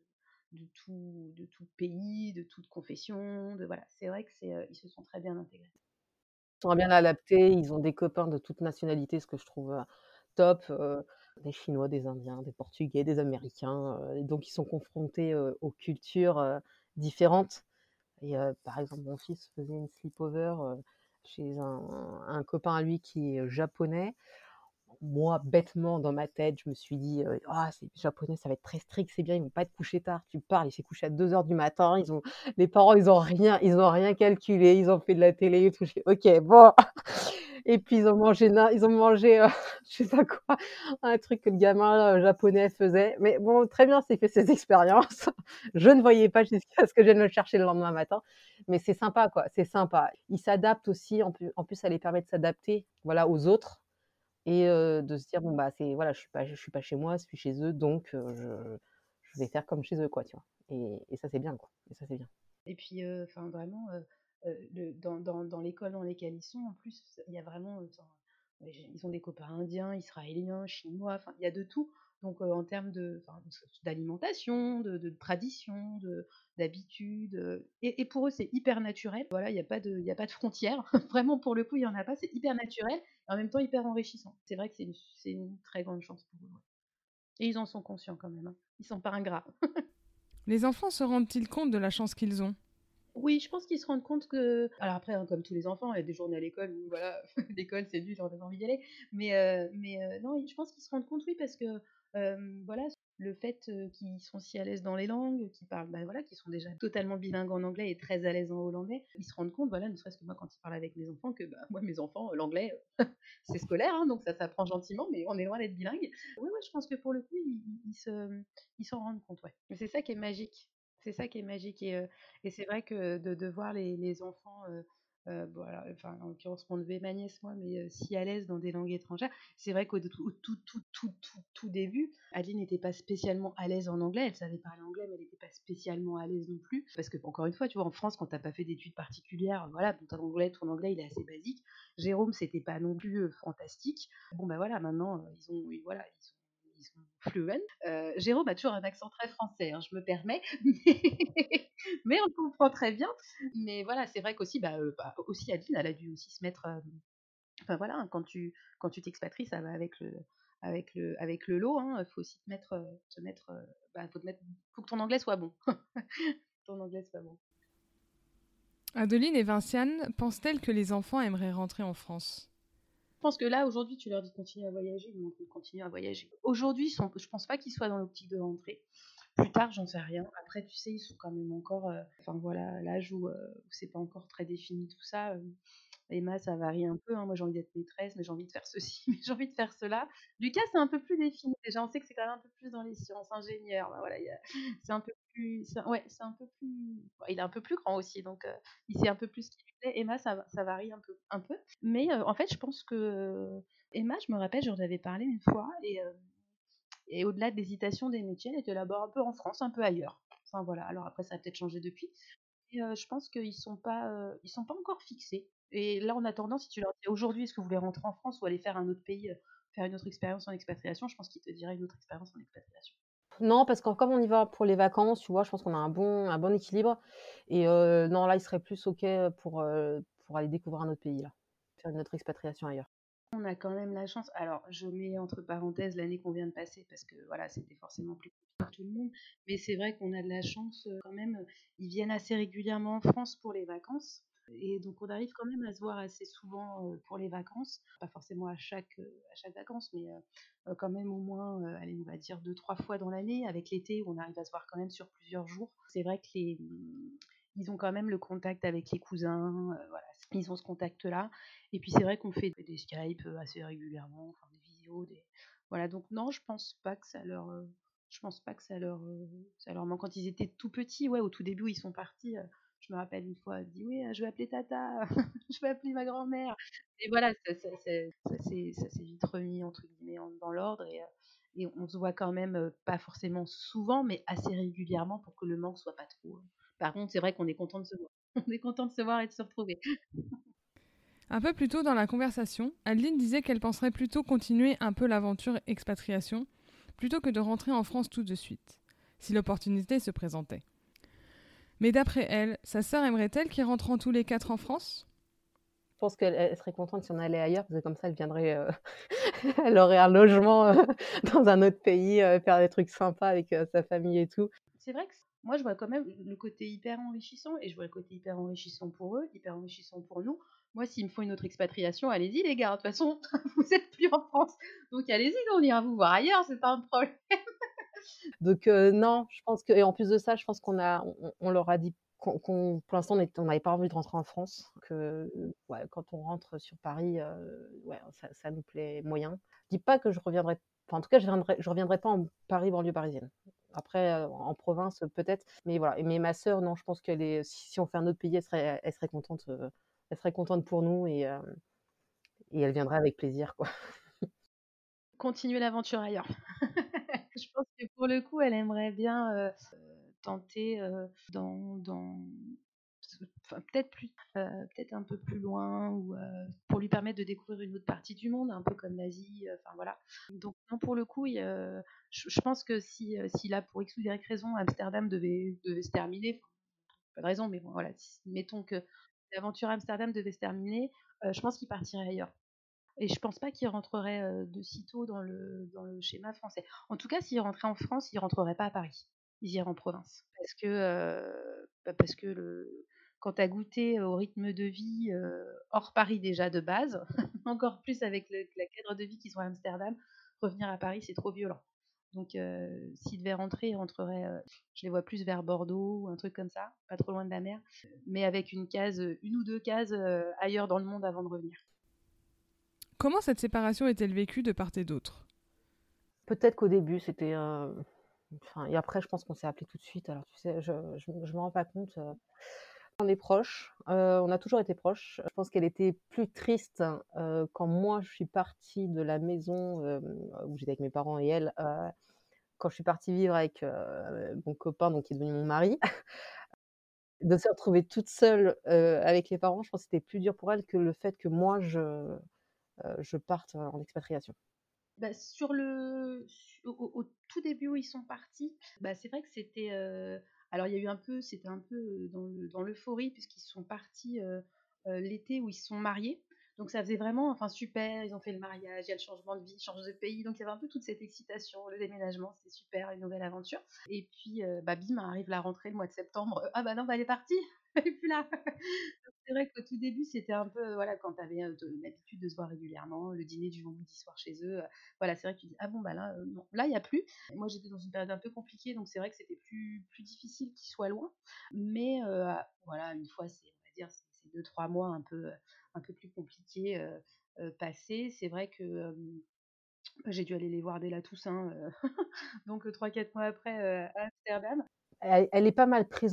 Speaker 3: de tout pays, de toute confession, voilà. C'est vrai que ils se sont très bien intégrés.
Speaker 2: Ils sont bien adaptés, ils ont des copains de toute nationalité, ce que je trouve, top, des Chinois, des Indiens, des Portugais, des Américains, et donc ils sont confrontés, aux cultures, différentes et par exemple, mon fils faisait une sleep-over, chez un copain à lui qui est japonais. Moi, bêtement, dans ma tête, je me suis dit, «Ah, c'est japonais, ça va être très strict, c'est bien, ils vont pas te coucher tard». Tu parles, il s'est couché à 2 heures du matin, les parents, ils ont rien calculé, ils ont fait de la télé et tout. Je fais: «OK, bon». Et puis ils ont mangé, je sais pas quoi, un truc que le gamin, japonais faisait. Mais bon, très bien, c'est fait ses expériences. Je ne voyais pas jusqu'à ce que je vienne le chercher le lendemain matin. Mais c'est sympa, quoi, c'est sympa. Ils s'adaptent aussi, en plus, ça les permet de s'adapter, voilà, aux autres. Et de se dire: «Bon, bah, c'est voilà, je suis pas chez moi, je suis chez eux, donc je vais faire comme chez eux, quoi», tu vois? Et ça, c'est bien, quoi, et ça, c'est bien.
Speaker 3: Et puis, enfin vraiment, dans l'école dans laquelle ils sont, en plus, il y a vraiment, enfin, ils ont des copains indiens, israéliens, chinois, enfin, il y a de tout. Donc, en termes d'alimentation, de tradition, d'habitude, et pour eux, c'est hyper naturel. Voilà, il y a pas de frontières. Vraiment, pour le coup, il y en a pas. C'est hyper naturel et en même temps hyper enrichissant. C'est vrai que c'est une très grande chance pour eux, ouais. Et ils en sont conscients quand même, hein. Ils sont pas ingrats.
Speaker 1: Les enfants se rendent-ils compte de la chance qu'ils ont?
Speaker 3: Oui, je pense qu'ils se rendent compte que alors après, hein, comme tous les enfants, il y a des journées à l'école où voilà, l'école c'est nul, on a pas envie d'y aller. Mais non, je pense qu'ils se rendent compte, oui, parce que, voilà, le fait, qu'ils sont si à l'aise dans les langues, qu'ils parlent, bah, voilà, qu'ils sont déjà totalement bilingues en anglais et très à l'aise en hollandais, ils se rendent compte, voilà, ne serait-ce que moi quand ils parlent avec mes enfants que, bah, moi mes enfants, l'anglais, c'est scolaire, hein, donc ça s'apprend gentiment, mais on est loin d'être bilingue. Oui, ouais, je pense que pour le coup, ils s'en rendent compte, ouais. Mais c'est ça qui est magique. C'est ça qui est magique et c'est vrai que de voir les enfants, voilà, enfin, en l'occurrence mon neveu et ma nièce, moi, mais si à l'aise dans des langues étrangères. C'est vrai qu'au tout début, Adeline n'était pas spécialement à l'aise en anglais. Elle savait parler anglais, mais elle n'était pas spécialement à l'aise non plus. Parce que, encore une fois, tu vois, en France, quand t'as pas fait d'études particulières, voilà, bon, ton anglais, il est assez basique. Jérôme, c'était pas non plus fantastique. Bon, bah voilà, maintenant, voilà, ils sont fluents. Jérôme a toujours un accent très français, hein, je me permets, mais on le comprend très bien. Mais voilà, c'est vrai qu'aussi, aussi Adeline, elle a dû aussi se mettre. Enfin voilà, hein, quand tu t'expatries, ça va avec le lot. Il faut aussi faut que ton anglais soit bon. Ton anglais soit bon.
Speaker 1: Adeline et Vinciane pensent-elles que les enfants aimeraient rentrer en France ?
Speaker 3: Je pense que là, aujourd'hui, tu leur dis de continuer à voyager, ils vont continuer à voyager. Aujourd'hui, je pense pas qu'ils soient dans l'optique de rentrer. Plus tard, j'en sais rien. Après, tu sais, ils sont quand même encore, enfin voilà, l'âge où c'est pas encore très défini tout ça. Emma, ça varie un peu, hein. Moi, j'ai envie d'être maîtresse, mais j'ai envie de faire ceci, mais j'ai envie de faire cela. Lucas, c'est un peu plus défini. Déjà, on sait que c'est quand même un peu plus dans les sciences, ingénieur. Bah, voilà, c'est un peu plus, ouais, c'est un peu plus. Bon, il est un peu plus grand aussi, donc il sait un peu plus ce qu'il fait. Emma, ça varie un peu. Mais en fait, je pense que Emma, je me rappelle, j'en avais parlé une fois, et au-delà de l'hésitation des métiers, elle était là-bas un peu en France, un peu ailleurs. Enfin voilà. Alors après, ça a peut-être changé depuis. Et je pense qu'ils sont pas encore fixés. Et là, en attendant, si tu leur dis aujourd'hui, est-ce que vous voulez rentrer en France ou aller faire un autre pays, faire une autre expérience en expatriation, je pense qu'ils te diraient une autre expérience en expatriation.
Speaker 2: Non, parce que comme on y va pour les vacances, tu vois, je pense qu'on a un bon équilibre. Et non, là, il serait plus OK pour aller découvrir un autre pays, là. Faire une autre expatriation ailleurs.
Speaker 3: On a quand même la chance. Alors, je mets entre parenthèses l'année qu'on vient de passer parce que voilà, c'était forcément plus compliqué pour tout le monde. Mais c'est vrai qu'on a de la chance quand même. Ils viennent assez régulièrement en France pour les vacances. Et donc, on arrive quand même à se voir assez souvent pour les vacances. Pas forcément à chaque vacances, mais quand même au moins, allez, on va dire 2-3 fois dans l'année, avec l'été où on arrive à se voir quand même sur plusieurs jours. C'est vrai que ils ont quand même le contact avec les cousins. Voilà, ils ont ce contact-là. Et puis c'est vrai qu'on fait des Skype assez régulièrement, enfin des visios, voilà. Donc non, je pense pas que je pense pas que ça leur manque. Quand ils étaient tout petits, ouais, au tout début où ils sont partis, je me rappelle une fois, elle dit oui, je vais appeler Tata, je vais appeler ma grand-mère. Et voilà, ça s'est vite remis entre guillemets dans l'ordre et on se voit quand même pas forcément souvent, mais assez régulièrement pour que le manque soit pas trop. Par contre, c'est vrai qu'on est content de se voir. On est content de se voir et de se retrouver.
Speaker 1: Un peu plus tôt dans la conversation, Adeline disait qu'elle penserait plutôt continuer un peu l'aventure expatriation, plutôt que de rentrer en France tout de suite, si l'opportunité se présentait. Mais d'après elle, sa sœur aimerait-elle qu'ils rentrent tous les 4 en France ?
Speaker 2: Je pense qu'elle serait contente si on allait ailleurs, parce que comme ça, elle viendrait, elle aurait un logement dans un autre pays, faire des trucs sympas avec sa famille et tout.
Speaker 3: C'est vrai que moi, je vois quand même le côté hyper enrichissant et je vois le côté hyper enrichissant pour eux, hyper enrichissant pour nous. Moi, s'il me faut une autre expatriation, allez-y les gars, de toute façon, vous êtes plus en France. Donc allez-y, on ira vous voir ailleurs, c'est pas un problème.
Speaker 2: Donc non, je pense que et en plus de ça, je pense on leur a dit pour l'instant, on n'avait pas envie de rentrer en France, que ouais, quand on rentre sur Paris, ouais, ça nous plaît moyen. Je dis pas que je reviendrai, enfin en tout cas, je reviendrai pas en Paris, banlieue parisienne. Après, en province, peut-être, mais voilà. Mais ma sœur, non, je pense si on fait un autre pays, elle serait contente pour nous et elle viendrait avec plaisir, quoi.
Speaker 3: Continuer l'aventure ailleurs. Je pense que pour le coup, elle aimerait bien tenter enfin, peut-être un peu plus loin ou pour lui permettre de découvrir une autre partie du monde, un peu comme l'Asie. Enfin voilà. Donc non, pour le coup, je pense que si là pour X ou Y raison, Amsterdam devait se terminer, pas de raison, mais bon voilà, mettons que l'aventure Amsterdam devait se terminer, je pense qu'il partirait ailleurs. Et je pense pas qu'il rentrerait de sitôt dans le schéma français. En tout cas, s'il rentrait en France, il rentrerait pas à Paris. Il irait en province. Parce que quand tu as goûté au rythme de vie hors Paris déjà de base, encore plus avec la cadre de vie qu'ils ont à Amsterdam, revenir à Paris, c'est trop violent. Donc, s'il devait rentrer, il rentrerait, je les vois plus vers Bordeaux ou un truc comme ça, pas trop loin de la mer, mais avec une ou deux cases ailleurs dans le monde avant de revenir.
Speaker 1: Comment cette séparation est-elle vécue de part et d'autre ?
Speaker 2: Peut-être qu'au début, Enfin et après je pense qu'on s'est appelés tout de suite. Alors tu sais, je me rends pas compte, on est proches, on a toujours été proches. Je pense qu'elle était plus triste, quand moi je suis partie de la maison, où j'étais avec mes parents et elle, quand je suis partie vivre avec, mon copain, donc qui est devenu mon mari. De se retrouver toute seule, avec les parents, je pense que c'était plus dur pour elle que le fait que moi je parte, en expatriation.
Speaker 3: Bah, sur le su au tout début où ils sont partis, bah, c'est vrai que c'était, alors il y a eu un peu c'était un peu, dans l'euphorie puisqu'ils sont partis, l'été où ils se sont mariés. Donc ça faisait vraiment enfin super, ils ont fait le mariage, il y a le changement de vie, ils changent de pays, donc il y avait un peu toute cette excitation, le déménagement, c'était super, une nouvelle aventure et puis, bah, bim, arrive la rentrée le mois de septembre, «Ah bah non, bah, elle est partie, elle est plus là». C'est vrai qu'au tout début, c'était un peu, voilà, quand tu avais, l'habitude de se voir régulièrement, le dîner du vendredi soir chez eux, voilà, c'est vrai que tu dis: «Ah bon, bah là, non, là, il y a plus». Moi, j'étais dans une période un peu compliquée, donc c'est vrai que c'était plus difficile qu'ils soient loin. Mais, voilà, une fois on va dire, ces 2-3 mois un peu plus compliqués, passés, c'est vrai que, j'ai dû aller les voir dès la Toussaint, donc 3-4 mois après, à Amsterdam.
Speaker 2: Elle est pas mal prise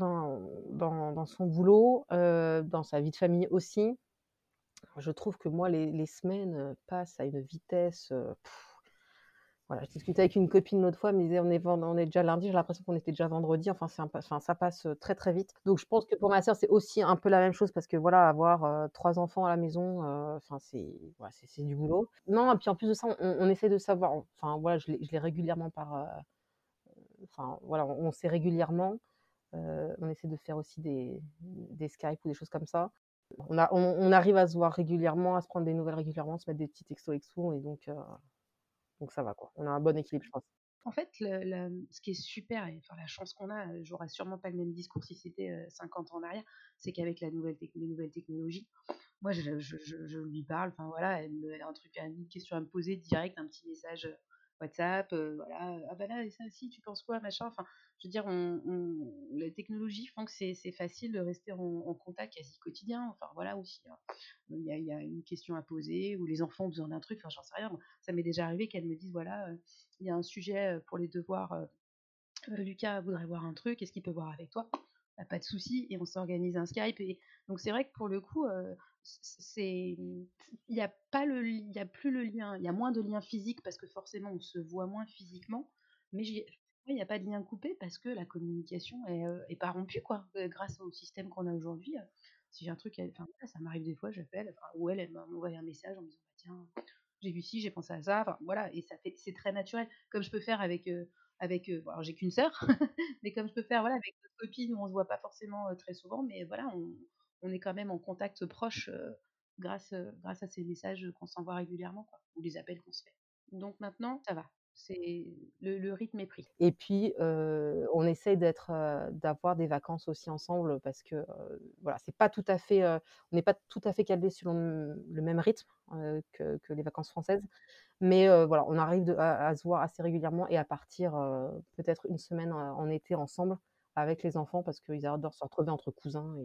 Speaker 2: dans son boulot, dans sa vie de famille aussi. Je trouve que moi les semaines, passent à une vitesse, voilà, je discutais avec une copine l'autre fois, elle me disait: On est déjà lundi», j'ai l'impression qu'on était déjà vendredi, enfin ça passe, très, très vite. Donc je pense que pour ma sœur, c'est aussi un peu la même chose parce que voilà, avoir, 3 enfants à la maison, enfin c'est voilà, c'est du boulot. Non et puis en plus de ça, on essaie de savoir, enfin voilà, je l'ai régulièrement enfin voilà, on sait régulièrement, on essaie de faire aussi des Skype ou des choses comme ça. On arrive à se voir régulièrement, à se prendre des nouvelles régulièrement, se mettre des petits textos exos et donc ça va quoi. On a un bon équilibre, je pense.
Speaker 3: En fait, ce qui est super et enfin la chance qu'on a, j'aurais sûrement pas le même discours si c'était, 50 ans en arrière, c'est qu'avec les nouvelles technologies, moi je lui parle, enfin voilà, elle a un truc une question à me poser direct, un petit message, WhatsApp, voilà, «Ah bah là et ça si, tu penses quoi?» machin, enfin, je veux dire les technologies font que c'est facile de rester en contact quasi quotidien, enfin voilà, ou si, il y a une question à poser ou les enfants ont besoin d'un truc, enfin j'en sais rien, moi. Ça m'est déjà arrivé qu'elles me disent: «Voilà, il y a un sujet, pour les devoirs, Lucas voudrait voir un truc, est-ce qu'il peut voir avec toi?» Bah, pas de souci et on s'organise un Skype et donc c'est vrai que pour le coup, c'est il y a pas le il y a plus le lien, il y a moins de lien physique parce que forcément on se voit moins physiquement, mais il y a pas de lien coupé parce que la communication est pas rompue quoi, grâce au système qu'on a aujourd'hui, si j'ai un truc enfin voilà, ça m'arrive des fois, j'appelle, enfin ou elle m'envoie un message en me disant: «Bah tiens, j'ai vu ci, j'ai pensé à ça», enfin voilà et ça fait c'est très naturel comme je peux faire bon alors j'ai qu'une sœur, mais comme je peux faire, voilà, avec d'autres copines où on se voit pas forcément, très souvent, mais voilà, on est quand même en contact proche, grâce à ces messages, qu'on s'envoie régulièrement, quoi, ou les appels qu'on se fait. Donc maintenant, ça va, c'est le rythme est pris.
Speaker 2: Et puis, on essaye d'avoir des vacances aussi ensemble parce que, voilà, c'est pas tout à fait, on n'est pas tout à fait câblés selon le même rythme, que les vacances françaises. Mais, voilà, on arrive à se voir assez régulièrement et à partir, peut-être une semaine, en été ensemble avec les enfants parce qu'ils adorent se retrouver entre cousins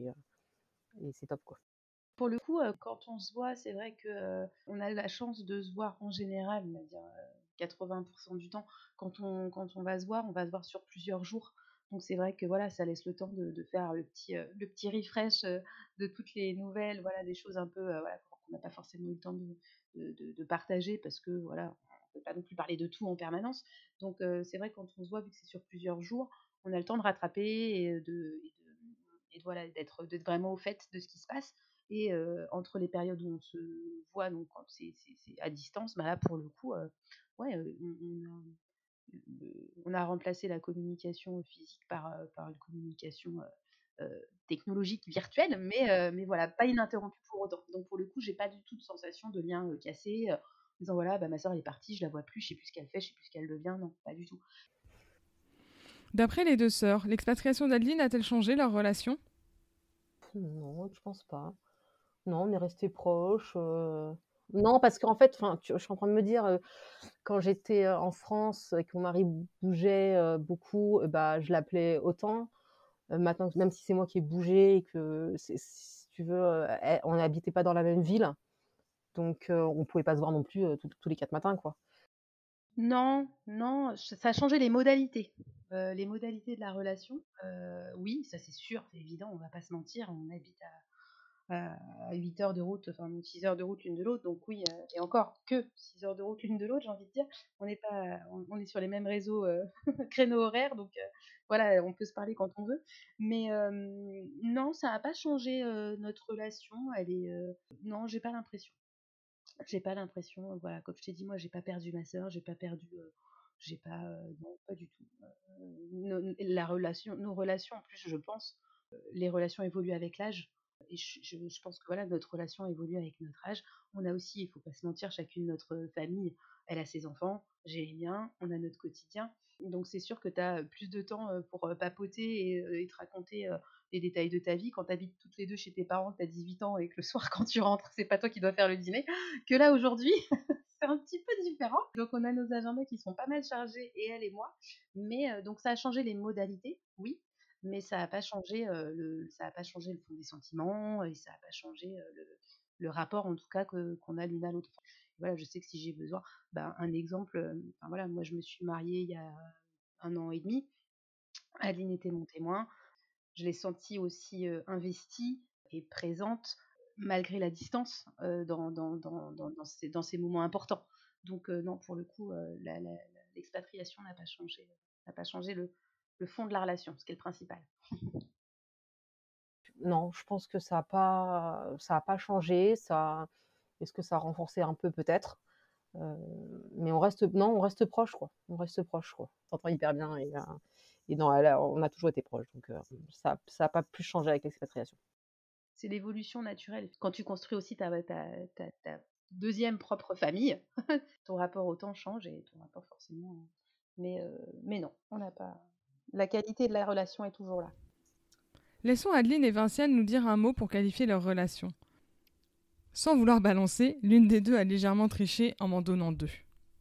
Speaker 2: et c'est top, quoi.
Speaker 3: Pour le coup, quand on se voit, c'est vrai que, on a la chance de se voir en général, on va dire, 80 du temps. Quand on on va se voir sur plusieurs jours. Donc c'est vrai que voilà, ça laisse le temps de faire le petit refresh, de toutes les nouvelles, voilà, des choses un peu, voilà, qu'on n'a pas forcément eu le temps de partager parce que voilà, on peut pas non plus parler de tout en permanence. Donc c'est vrai quand on se voit, vu que c'est sur plusieurs jours, on a le temps de rattraper et de voilà, d'être vraiment au fait de ce qui se passe. Et entre les périodes où on se voit, donc quand c'est à distance, bah là pour le coup, ouais, on a remplacé la communication physique par une communication, technologique virtuelle, mais voilà, pas ininterrompue pour autant. Donc pour le coup, j'ai pas du tout de sensation de lien, cassé, en disant: «Voilà, bah, ma sœur elle est partie, je la vois plus, je sais plus ce qu'elle fait, je sais plus ce qu'elle devient». Non, pas du tout.
Speaker 1: D'après les deux sœurs, l'expatriation d'Adeline a-t-elle changé leur relation?
Speaker 2: Non, je pense pas. Non, on est restés proches, non, parce qu'en fait, enfin, je suis en train de me dire, quand j'étais, en France et que mon mari bougeait, beaucoup, bah, je l'appelais autant. Maintenant, même si c'est moi qui ai bougé et que c'est si tu veux, on n'habitait pas dans la même ville, donc on pouvait pas se voir non plus, tous les 4 matins, quoi.
Speaker 3: Non, non, ça a changé les modalités. Les modalités de la relation, oui, ça c'est sûr, c'est évident, on va pas se mentir, on habite à 8 heures de route, enfin 6 heures de route l'une de l'autre, donc oui, et encore que 6 heures de route l'une de l'autre, j'ai envie de dire. On n'est pas, on est sur les mêmes réseaux, créneaux horaires, donc voilà, on peut se parler quand on veut. Mais non, ça n'a pas changé notre relation. Elle est, non, j'ai pas l'impression. J'ai pas l'impression, voilà, comme je t'ai dit, moi, j'ai pas perdu ma sœur, j'ai pas perdu, j'ai pas, non, pas du tout. Nos relations, en plus, je pense, les relations évoluent avec l'âge. Et je pense que voilà, notre relation évolue avec notre âge. On a aussi, il faut pas se mentir, chacune notre famille, elle a ses enfants, j'ai les miens, on a notre quotidien. Donc c'est sûr que tu as plus de temps pour papoter et te raconter les détails de ta vie quand tu habites toutes les deux chez tes parents, que tu as 18 ans et que le soir quand tu rentres, c'est pas toi qui dois faire le dîner, que là aujourd'hui, c'est un petit peu différent. Donc on a nos agendas qui sont pas mal chargés, et elle et moi. Mais donc ça a changé les modalités, oui, mais ça a pas changé le fond des sentiments, et ça a pas changé le rapport en tout cas qu'on a l'une à l'autre. Voilà, je sais que si j'ai besoin, un exemple, enfin voilà, moi je me suis mariée il y a 1 an et demi. Adeline était mon témoin. Je l'ai sentie aussi investie et présente malgré la distance dans ces moments importants. Donc non, pour le coup, l'expatriation n'a pas changé le fond de la relation, ce qui est le principal.
Speaker 2: Non, je pense que ça a pas changé, est-ce que ça a renforcé un peu peut-être? Mais on reste proches, quoi. On reste proches, quoi. On s'entend hyper bien et non, on a toujours été proches, donc ça a pas plus changé avec l'expatriation.
Speaker 3: C'est l'évolution naturelle. Quand tu construis aussi ta deuxième propre famille, ton rapport au temps change et ton rapport forcément. Mais non, on n'a pas. La qualité de la relation est toujours là.
Speaker 1: Laissons Adeline et Vinciane nous dire un mot pour qualifier leur relation. Sans vouloir balancer, l'une des deux a légèrement triché en m'en donnant 2.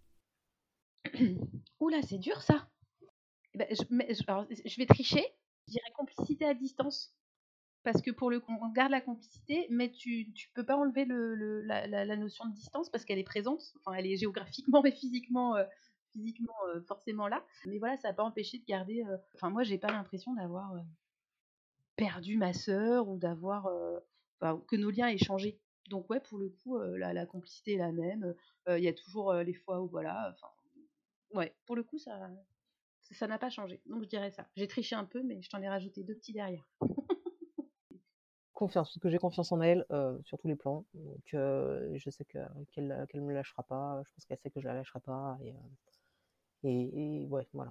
Speaker 3: Oula, c'est dur ça. Alors, je vais tricher. Je dirais complicité à distance. Parce que pour le coup, on garde la complicité, mais tu peux pas enlever la notion de distance parce qu'elle est présente. Enfin, elle est géographiquement et physiquement forcément là. Mais voilà, ça n'a pas empêché de garder. Enfin, moi, j'ai pas l'impression d'avoir perdu ma sœur ou que nos liens aient changé. Donc ouais, pour le coup, la complicité est la même. Il y a toujours les fois où voilà. Enfin, ouais, pour le coup, ça n'a pas changé. Donc je dirais ça. J'ai triché un peu, mais je t'en ai rajouté 2 petits derrière.
Speaker 2: Confiance, parce que j'ai confiance en elle, sur tous les plans, donc je sais qu'elle me lâchera pas, je pense qu'elle sait que je la lâcherai pas et ouais, voilà.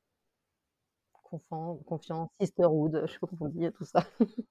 Speaker 2: Confiance, sisterhood, je sais pas comment on dit tout ça.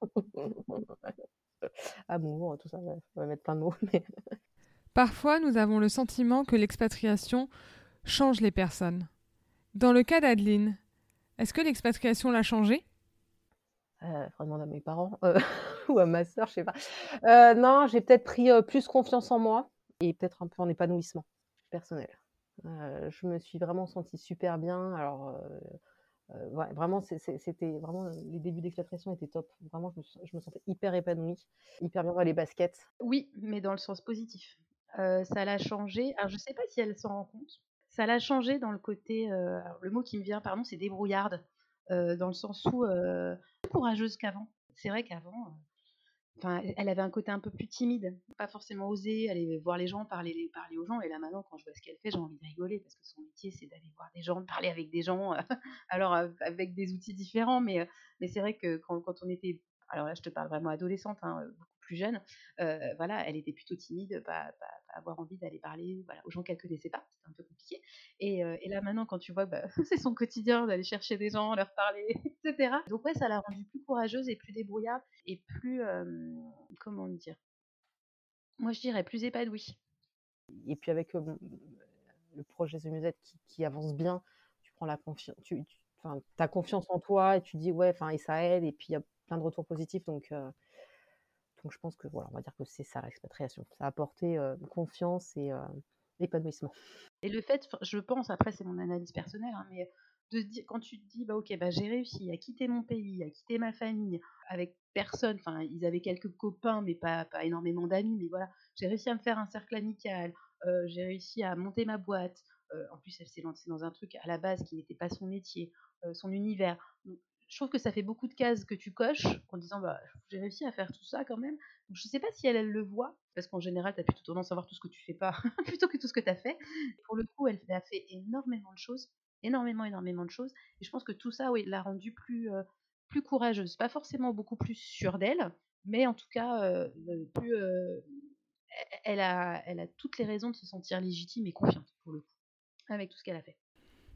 Speaker 2: Amour, tout ça, ouais, on va mettre plein de mots, mais
Speaker 1: Parfois, nous avons le sentiment que l'expatriation change les personnes. Dans le cas d'Adeline, est-ce que l'expatriation l'a changée ?
Speaker 2: faudrait demander à mes parents, ou à ma sœur, je sais pas. Non, j'ai peut-être pris, plus confiance en moi et peut-être un peu en épanouissement personnel. Je me suis vraiment sentie super bien. Alors, ouais, vraiment, c'était vraiment les débuts d'expatriation étaient top. Vraiment, je me sentais hyper épanouie, hyper bien dans les baskets.
Speaker 3: Oui, mais dans le sens positif. Ça l'a changé. Alors je sais pas si elle s'en rend compte. Ça l'a changé dans le côté, alors le mot qui me vient, pardon, c'est débrouillarde, dans le sens où, plus courageuse qu'avant. C'est vrai qu'avant, enfin, elle avait un côté un peu plus timide, pas forcément oser aller voir les gens, parler aux gens. Et là maintenant, quand je vois ce qu'elle fait, j'ai envie de rigoler parce que son métier, c'est d'aller voir des gens, de parler avec des gens, alors avec des outils différents. Mais c'est vrai que quand on était, alors là, je te parle vraiment adolescente, hein, beaucoup plus jeune, voilà, elle était plutôt timide, pas avoir envie d'aller parler, voilà, aux gens qu'elle connaissait pas. C'était un peu compliqué. Et là maintenant, quand tu vois, c'est son quotidien d'aller chercher des gens, leur parler, etc. Donc ouais, ça l'a rendue plus courageuse et plus débrouillarde et plus, comment dire? Moi, je dirais plus épanouie.
Speaker 2: Et puis avec, le projet The Musette qui avance bien, tu prends la confiance, enfin, tu as confiance en toi et tu dis: «Ouais», enfin et ça aide et puis il y a plein de retours positifs donc je pense que voilà, on va dire que c'est ça l'expatriation. Ça a apporté, confiance et épanouissement.
Speaker 3: Et le fait, enfin, je pense, après c'est mon analyse personnelle, hein, mais de se dire, quand tu te dis, bah ok, bah j'ai réussi à quitter mon pays, à quitter ma famille, avec personne, enfin ils avaient quelques copains, mais pas énormément d'amis, mais voilà, j'ai réussi à me faire un cercle amical, j'ai réussi à monter ma boîte, En plus, elle s'est lancée dans un truc à la base qui n'était pas son métier, son univers. Donc, je trouve que ça fait beaucoup de cases que tu coches en disant bah, j'ai réussi à faire tout ça quand même. Donc, je ne sais pas si elle le voit, parce qu'en général, tu as plutôt tendance à voir tout ce que tu fais pas plutôt que tout ce que tu as fait. Pour le coup, elle a fait énormément de choses, énormément de choses. Et je pense que tout ça, oui, l'a rendue plus courageuse. Pas forcément beaucoup plus sûre d'elle, mais en tout cas, plus, elle a toutes les raisons de se sentir légitime et confiante, pour le coup, avec tout ce qu'elle a fait.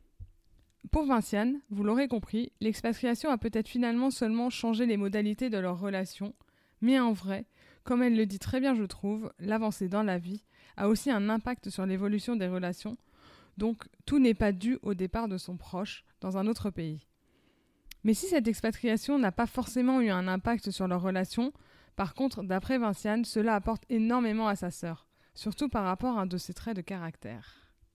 Speaker 1: Pour Vinciane, vous l'aurez compris, l'expatriation a peut-être finalement seulement changé les modalités de leur relation, mais en vrai, comme elle le dit très bien je trouve, l'avancée dans la vie a aussi un impact sur l'évolution des relations, donc tout n'est pas dû au départ de son proche dans un autre pays. Mais si cette expatriation n'a pas forcément eu un impact sur leur relation, par contre, d'après Vinciane, cela apporte énormément à sa sœur, surtout par rapport à un de ses traits de caractère.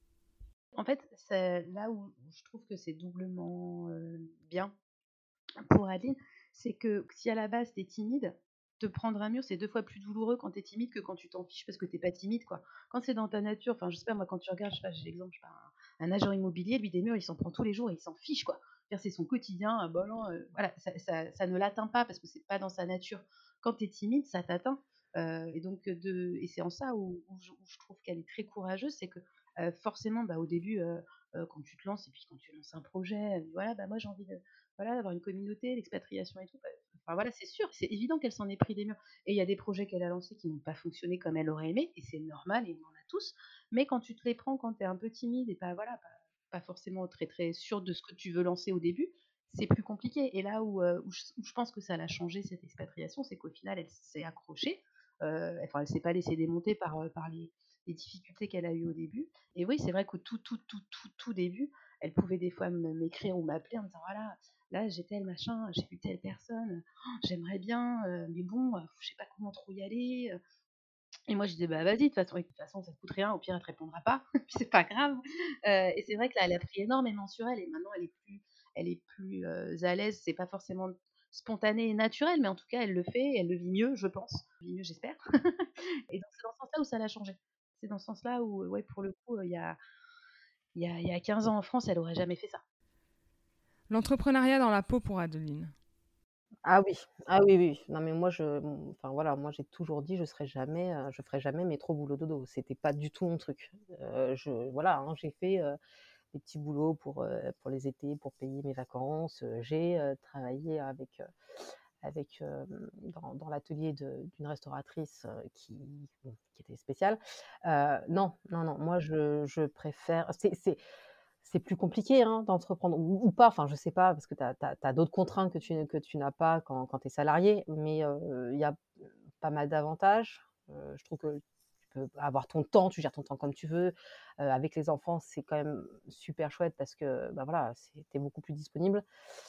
Speaker 3: En fait, c'est là où je trouve que c'est doublement bien pour Adeline, c'est que si à la base t'es timide, te prendre un mur, c'est 2 fois plus douloureux quand t'es timide que quand tu t'en fiches parce que t'es pas timide, quoi. Quand c'est dans ta nature, enfin, je sais pas, moi, quand tu regardes, je sais pas, j'ai l'exemple, je sais pas, un agent immobilier, lui, des murs, il s'en prend tous les jours et il s'en fiche, quoi. C'est-à-dire, c'est son quotidien, bon, non, voilà, ça ne l'atteint pas parce que c'est pas dans sa nature. Quand t'es timide, ça t'atteint. Et donc, et c'est en ça où je trouve qu'elle est très courageuse, c'est que forcément, bah, au début, quand tu te lances et puis quand tu lances un projet, voilà, bah, moi j'ai envie de, voilà, d'avoir une communauté, l'expatriation et tout. Bah, enfin voilà, c'est sûr, c'est évident qu'elle s'en est pris des murs. Et il y a des projets qu'elle a lancés qui n'ont pas fonctionné comme elle aurait aimé, et c'est normal, et on en a tous. Mais quand tu te les prends, quand tu es un peu timide et pas, voilà, pas forcément très très sûr de ce que tu veux lancer au début, c'est plus compliqué. Et là où je pense que ça l'a changé, cette expatriation, c'est qu'au final, elle s'est accrochée. Enfin, elle s'est pas laissée démonter par les difficultés qu'elle a eues au début. Et oui, c'est vrai qu'au tout début, elle pouvait des fois m'écrire ou m'appeler en me disant voilà, là j'ai tel machin, j'ai vu telle personne, j'aimerais bien, mais bon, je sais pas comment trop y aller. Et moi je disais bah vas-y, de toute façon ça te coûte rien, au pire elle te répondra pas, c'est pas grave. Et c'est vrai que là elle a pris énormément sur elle et maintenant elle est plus à l'aise, c'est pas forcément spontané et naturel, mais en tout cas elle le fait, et elle le vit mieux, je pense, elle le vit mieux j'espère. Et donc c'est dans ce sens-là où ça l'a changé. C'est dans ce sens-là où ouais pour le coup il y a 15 ans en France elle aurait jamais fait ça.
Speaker 1: L'entrepreneuriat dans la peau pour Adeline.
Speaker 2: Ah oui, ah oui, oui. Non mais moi enfin voilà, moi j'ai toujours dit je ferai jamais métro boulot dodo. C'était pas du tout mon truc. Voilà, hein, j'ai fait, des petits boulots pour les étés, pour payer mes vacances. J'ai, travaillé dans l'atelier d'une restauratrice, qui était spéciale. Non, non, non, moi je préfère c'est plus compliqué, hein, d'entreprendre ou pas, enfin je sais pas parce que tu as d'autres contraintes que tu n'as pas quand tu es salarié, mais il y a pas mal d'avantages. Je trouve que tu peux avoir ton temps, tu gères ton temps comme tu veux. Avec les enfants, c'est quand même super chouette parce que, bah, voilà, tu es beaucoup plus disponible.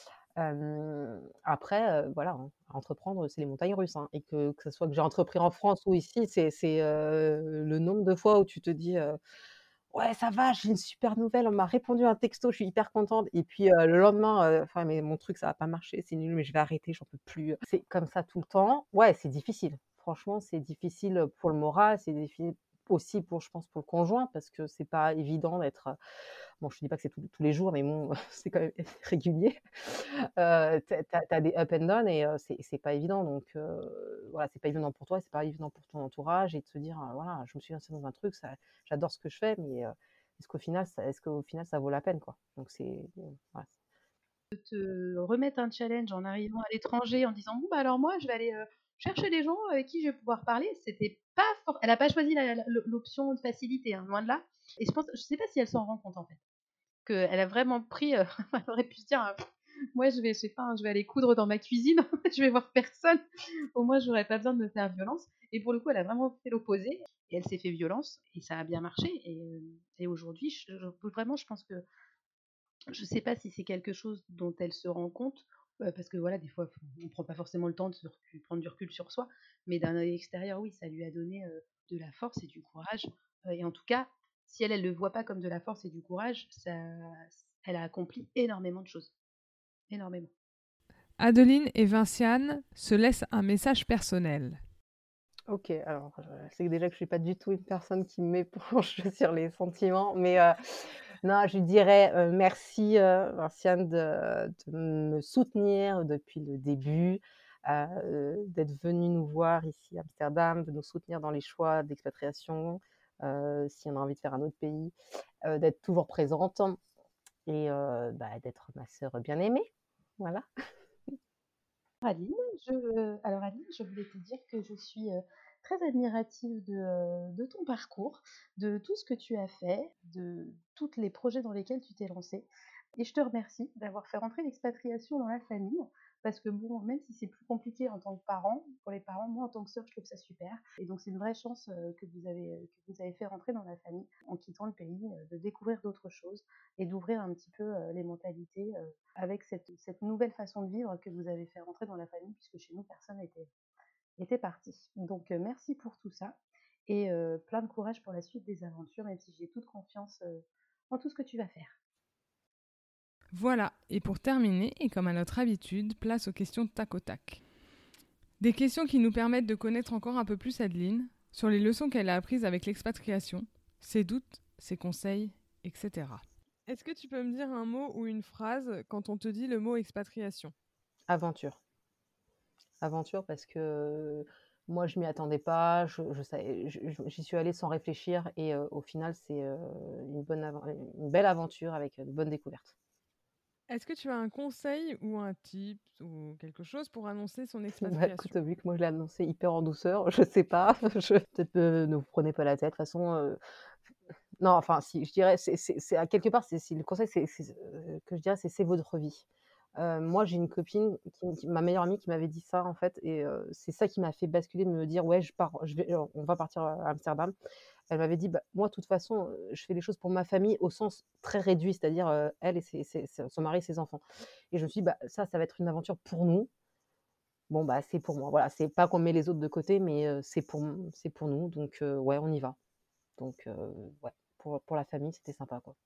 Speaker 2: Après, voilà, hein, entreprendre, c'est les montagnes russes, hein, et que ce soit que j'ai entrepris en France ou ici, c'est le nombre de fois où tu te dis, «Ouais, ça va, j'ai une super nouvelle, on m'a répondu à un texto, je suis hyper contente» et puis, le lendemain, «Enfin, mais mon truc, ça va pas marcher, c'est nul, mais je vais arrêter, j'en peux plus». C'est comme ça tout le temps. Ouais, c'est difficile. Franchement, c'est difficile, pour le moral, c'est difficile aussi pour je pense, pour le conjoint parce que c'est pas évident d'être, bon, je te dis pas que c'est tous les jours, mais bon, c'est quand même régulier. Tu as des up and down et c'est pas évident donc voilà, c'est pas évident pour toi, c'est pas évident pour ton entourage et de se dire, voilà, je me suis lancée dans un truc, ça j'adore ce que je fais, mais est-ce qu'au final ça vaut la peine, quoi? Donc voilà.
Speaker 3: Remettre un challenge en arrivant à l'étranger en disant bon bah alors moi je vais aller chercher des gens avec qui je vais pouvoir parler, c'était pas elle a pas choisi l'option de facilité, hein, loin de là. Et je sais pas si elle s'en rend compte en fait, qu'elle a vraiment pris elle aurait pu se dire moi je sais pas, hein, je vais aller coudre dans ma cuisine, je vais voir personne, au moins j'aurais pas besoin de me faire violence. Et pour le coup elle a vraiment fait l'opposé et elle s'est fait violence et ça a bien marché. Et aujourd'hui vraiment je pense que je sais pas si c'est quelque chose dont elle se rend compte, parce que voilà, des fois, on prend pas forcément le temps de prendre du recul sur soi, mais d'un œil extérieur, oui, ça lui a donné, de la force et du courage, et en tout cas, si elle le voit pas comme de la force et du courage, ça elle a accompli énormément de choses, énormément.
Speaker 1: Adeline et Vinciane se laissent un message personnel.
Speaker 2: OK, alors, je sais déjà que je suis pas du tout une personne qui m'éponge sur les sentiments, mais non, je lui dirais, merci, Vinciane de me soutenir depuis le début, d'être venue nous voir ici à Amsterdam, de nous soutenir dans les choix d'expatriation, si on a envie de faire un autre pays, d'être toujours présente et d'être ma sœur bien-aimée. Voilà.
Speaker 3: Aline, alors Aline, je voulais te dire que je suis très admirative de ton parcours, de tout ce que tu as fait, de tous les projets dans lesquels tu t'es lancée. Et je te remercie d'avoir fait rentrer l'expatriation dans la famille, parce que bon, même si c'est plus compliqué en tant que parent, pour les parents, moi en tant que sœur, je trouve ça super. Et donc c'est une vraie chance que vous avez fait rentrer dans la famille en quittant le pays, de découvrir d'autres choses et d'ouvrir un petit peu les mentalités avec cette nouvelle façon de vivre que vous avez fait rentrer dans la famille, puisque chez nous, personne n'était parti. Donc merci pour tout ça et plein de courage pour la suite des aventures, même si j'ai toute confiance en tout ce que tu vas faire.
Speaker 1: Voilà, et pour terminer, et comme à notre habitude, place aux questions tac au tac. Des questions qui nous permettent de connaître encore un peu plus Adeline, sur les leçons qu'elle a apprises avec l'expatriation, ses doutes, ses conseils, etc. Est-ce que tu peux me dire un mot ou une phrase quand on te dit le mot expatriation ?
Speaker 2: Aventure. Aventure parce que moi je m'y attendais pas, j'y suis allée sans réfléchir et au final c'est une belle aventure avec de bonnes découvertes.
Speaker 1: Est-ce que tu as un conseil ou un tip ou quelque chose pour annoncer son
Speaker 2: Bah,
Speaker 1: expatriation ?
Speaker 2: écoute, vu que moi je l'ai annoncé hyper en douceur, je sais pas, peut-être ne vous prenez pas la tête. De toute façon, non, enfin si, je dirais, c'est à quelque part, c'est le conseil, que je dirais, c'est votre vie. Moi, j'ai une copine, ma meilleure amie, qui m'avait dit ça en fait, et c'est ça qui m'a fait basculer, de me dire ouais, on va partir à Amsterdam. Elle m'avait dit, bah, moi, de toute façon, je fais les choses pour ma famille au sens très réduit, c'est-à-dire elle et son mari et ses enfants. Et je me suis dit, bah, ça va être une aventure pour nous. Bon, bah, c'est pour moi. Voilà, c'est pas qu'on met les autres de côté, mais c'est pour nous. Donc, ouais, on y va. Donc, ouais, pour la famille, c'était sympa, quoi.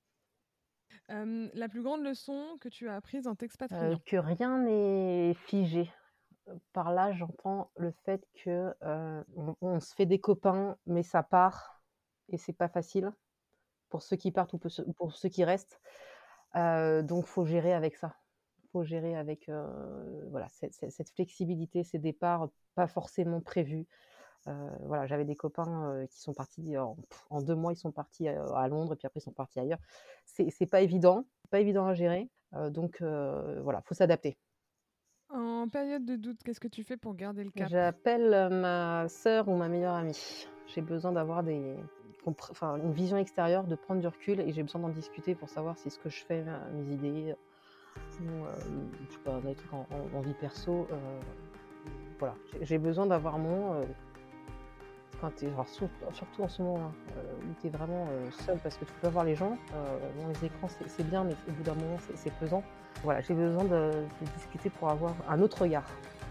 Speaker 1: La plus grande leçon que tu as apprise en t'expatriant ?
Speaker 2: Que rien n'est figé. Par là, j'entends le fait que on se fait des copains, mais ça part et c'est pas facile pour ceux qui partent ou pour ceux qui restent. Donc, faut gérer avec ça. Faut gérer avec voilà, cette flexibilité, ces départs pas forcément prévus. Voilà, j'avais des copains qui sont partis en 2 mois, ils sont partis à Londres et puis après ils sont partis ailleurs. C'est pas évident à gérer. Donc voilà, faut s'adapter.
Speaker 1: En période de doute, qu'est-ce que tu fais pour garder le cap ?
Speaker 2: J'appelle ma sœur ou ma meilleure amie. J'ai besoin d'avoir une vision extérieure, de prendre du recul, et j'ai besoin d'en discuter pour savoir si ce que je fais, mes idées, ou je sais pas, des trucs en vie perso. Voilà, j'ai besoin d'avoir quand surtout en ce moment, où tu es vraiment seul parce que tu peux pas voir les gens. Bon, les écrans, c'est bien, mais au bout d'un moment, c'est pesant. Voilà, j'ai besoin de discuter pour avoir un autre regard.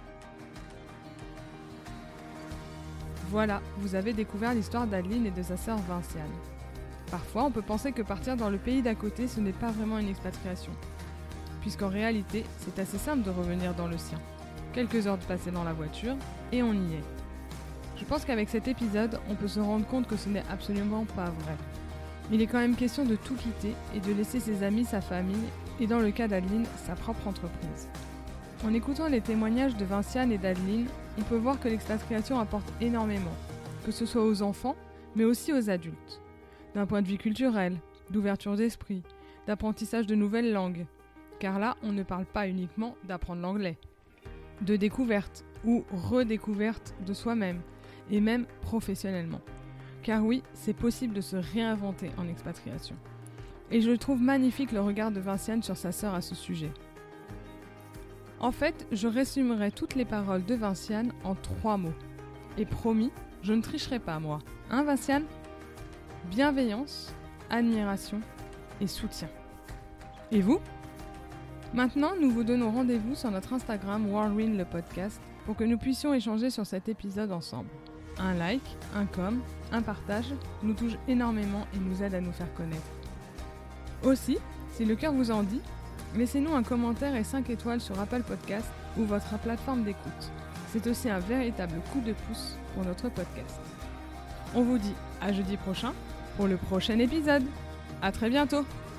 Speaker 1: Voilà, vous avez découvert l'histoire d'Adeline et de sa sœur Vinciane. Parfois, on peut penser que partir dans le pays d'à côté, ce n'est pas vraiment une expatriation. Puisqu'en réalité, c'est assez simple de revenir dans le sien. Quelques heures de passer dans la voiture, et on y est. Je pense qu'avec cet épisode, on peut se rendre compte que ce n'est absolument pas vrai. Il est quand même question de tout quitter et de laisser ses amis, sa famille, et dans le cas d'Adeline, sa propre entreprise. En écoutant les témoignages de Vinciane et d'Adeline, on peut voir que l'expatriation apporte énormément, que ce soit aux enfants, mais aussi aux adultes. D'un point de vue culturel, d'ouverture d'esprit, d'apprentissage de nouvelles langues. Car là, on ne parle pas uniquement d'apprendre l'anglais. De découverte ou redécouverte de soi-même, et même professionnellement. Car oui, c'est possible de se réinventer en expatriation. Et je trouve magnifique le regard de Vinciane sur sa sœur à ce sujet. En fait, je résumerai toutes les paroles de Vinciane en 3 mots. Et promis, je ne tricherai pas, moi. Hein, Vinciane ? Bienveillance, admiration et soutien. Et vous ? Maintenant, nous vous donnons rendez-vous sur notre Instagram Whirlwind le podcast pour que nous puissions échanger sur cet épisode ensemble. Un like, un com, un partage nous touche énormément et nous aide à nous faire connaître. Aussi, si le cœur vous en dit, laissez-nous un commentaire et 5 étoiles sur Apple Podcast ou votre plateforme d'écoute. C'est aussi un véritable coup de pouce pour notre podcast. On vous dit à jeudi prochain pour le prochain épisode. À très bientôt!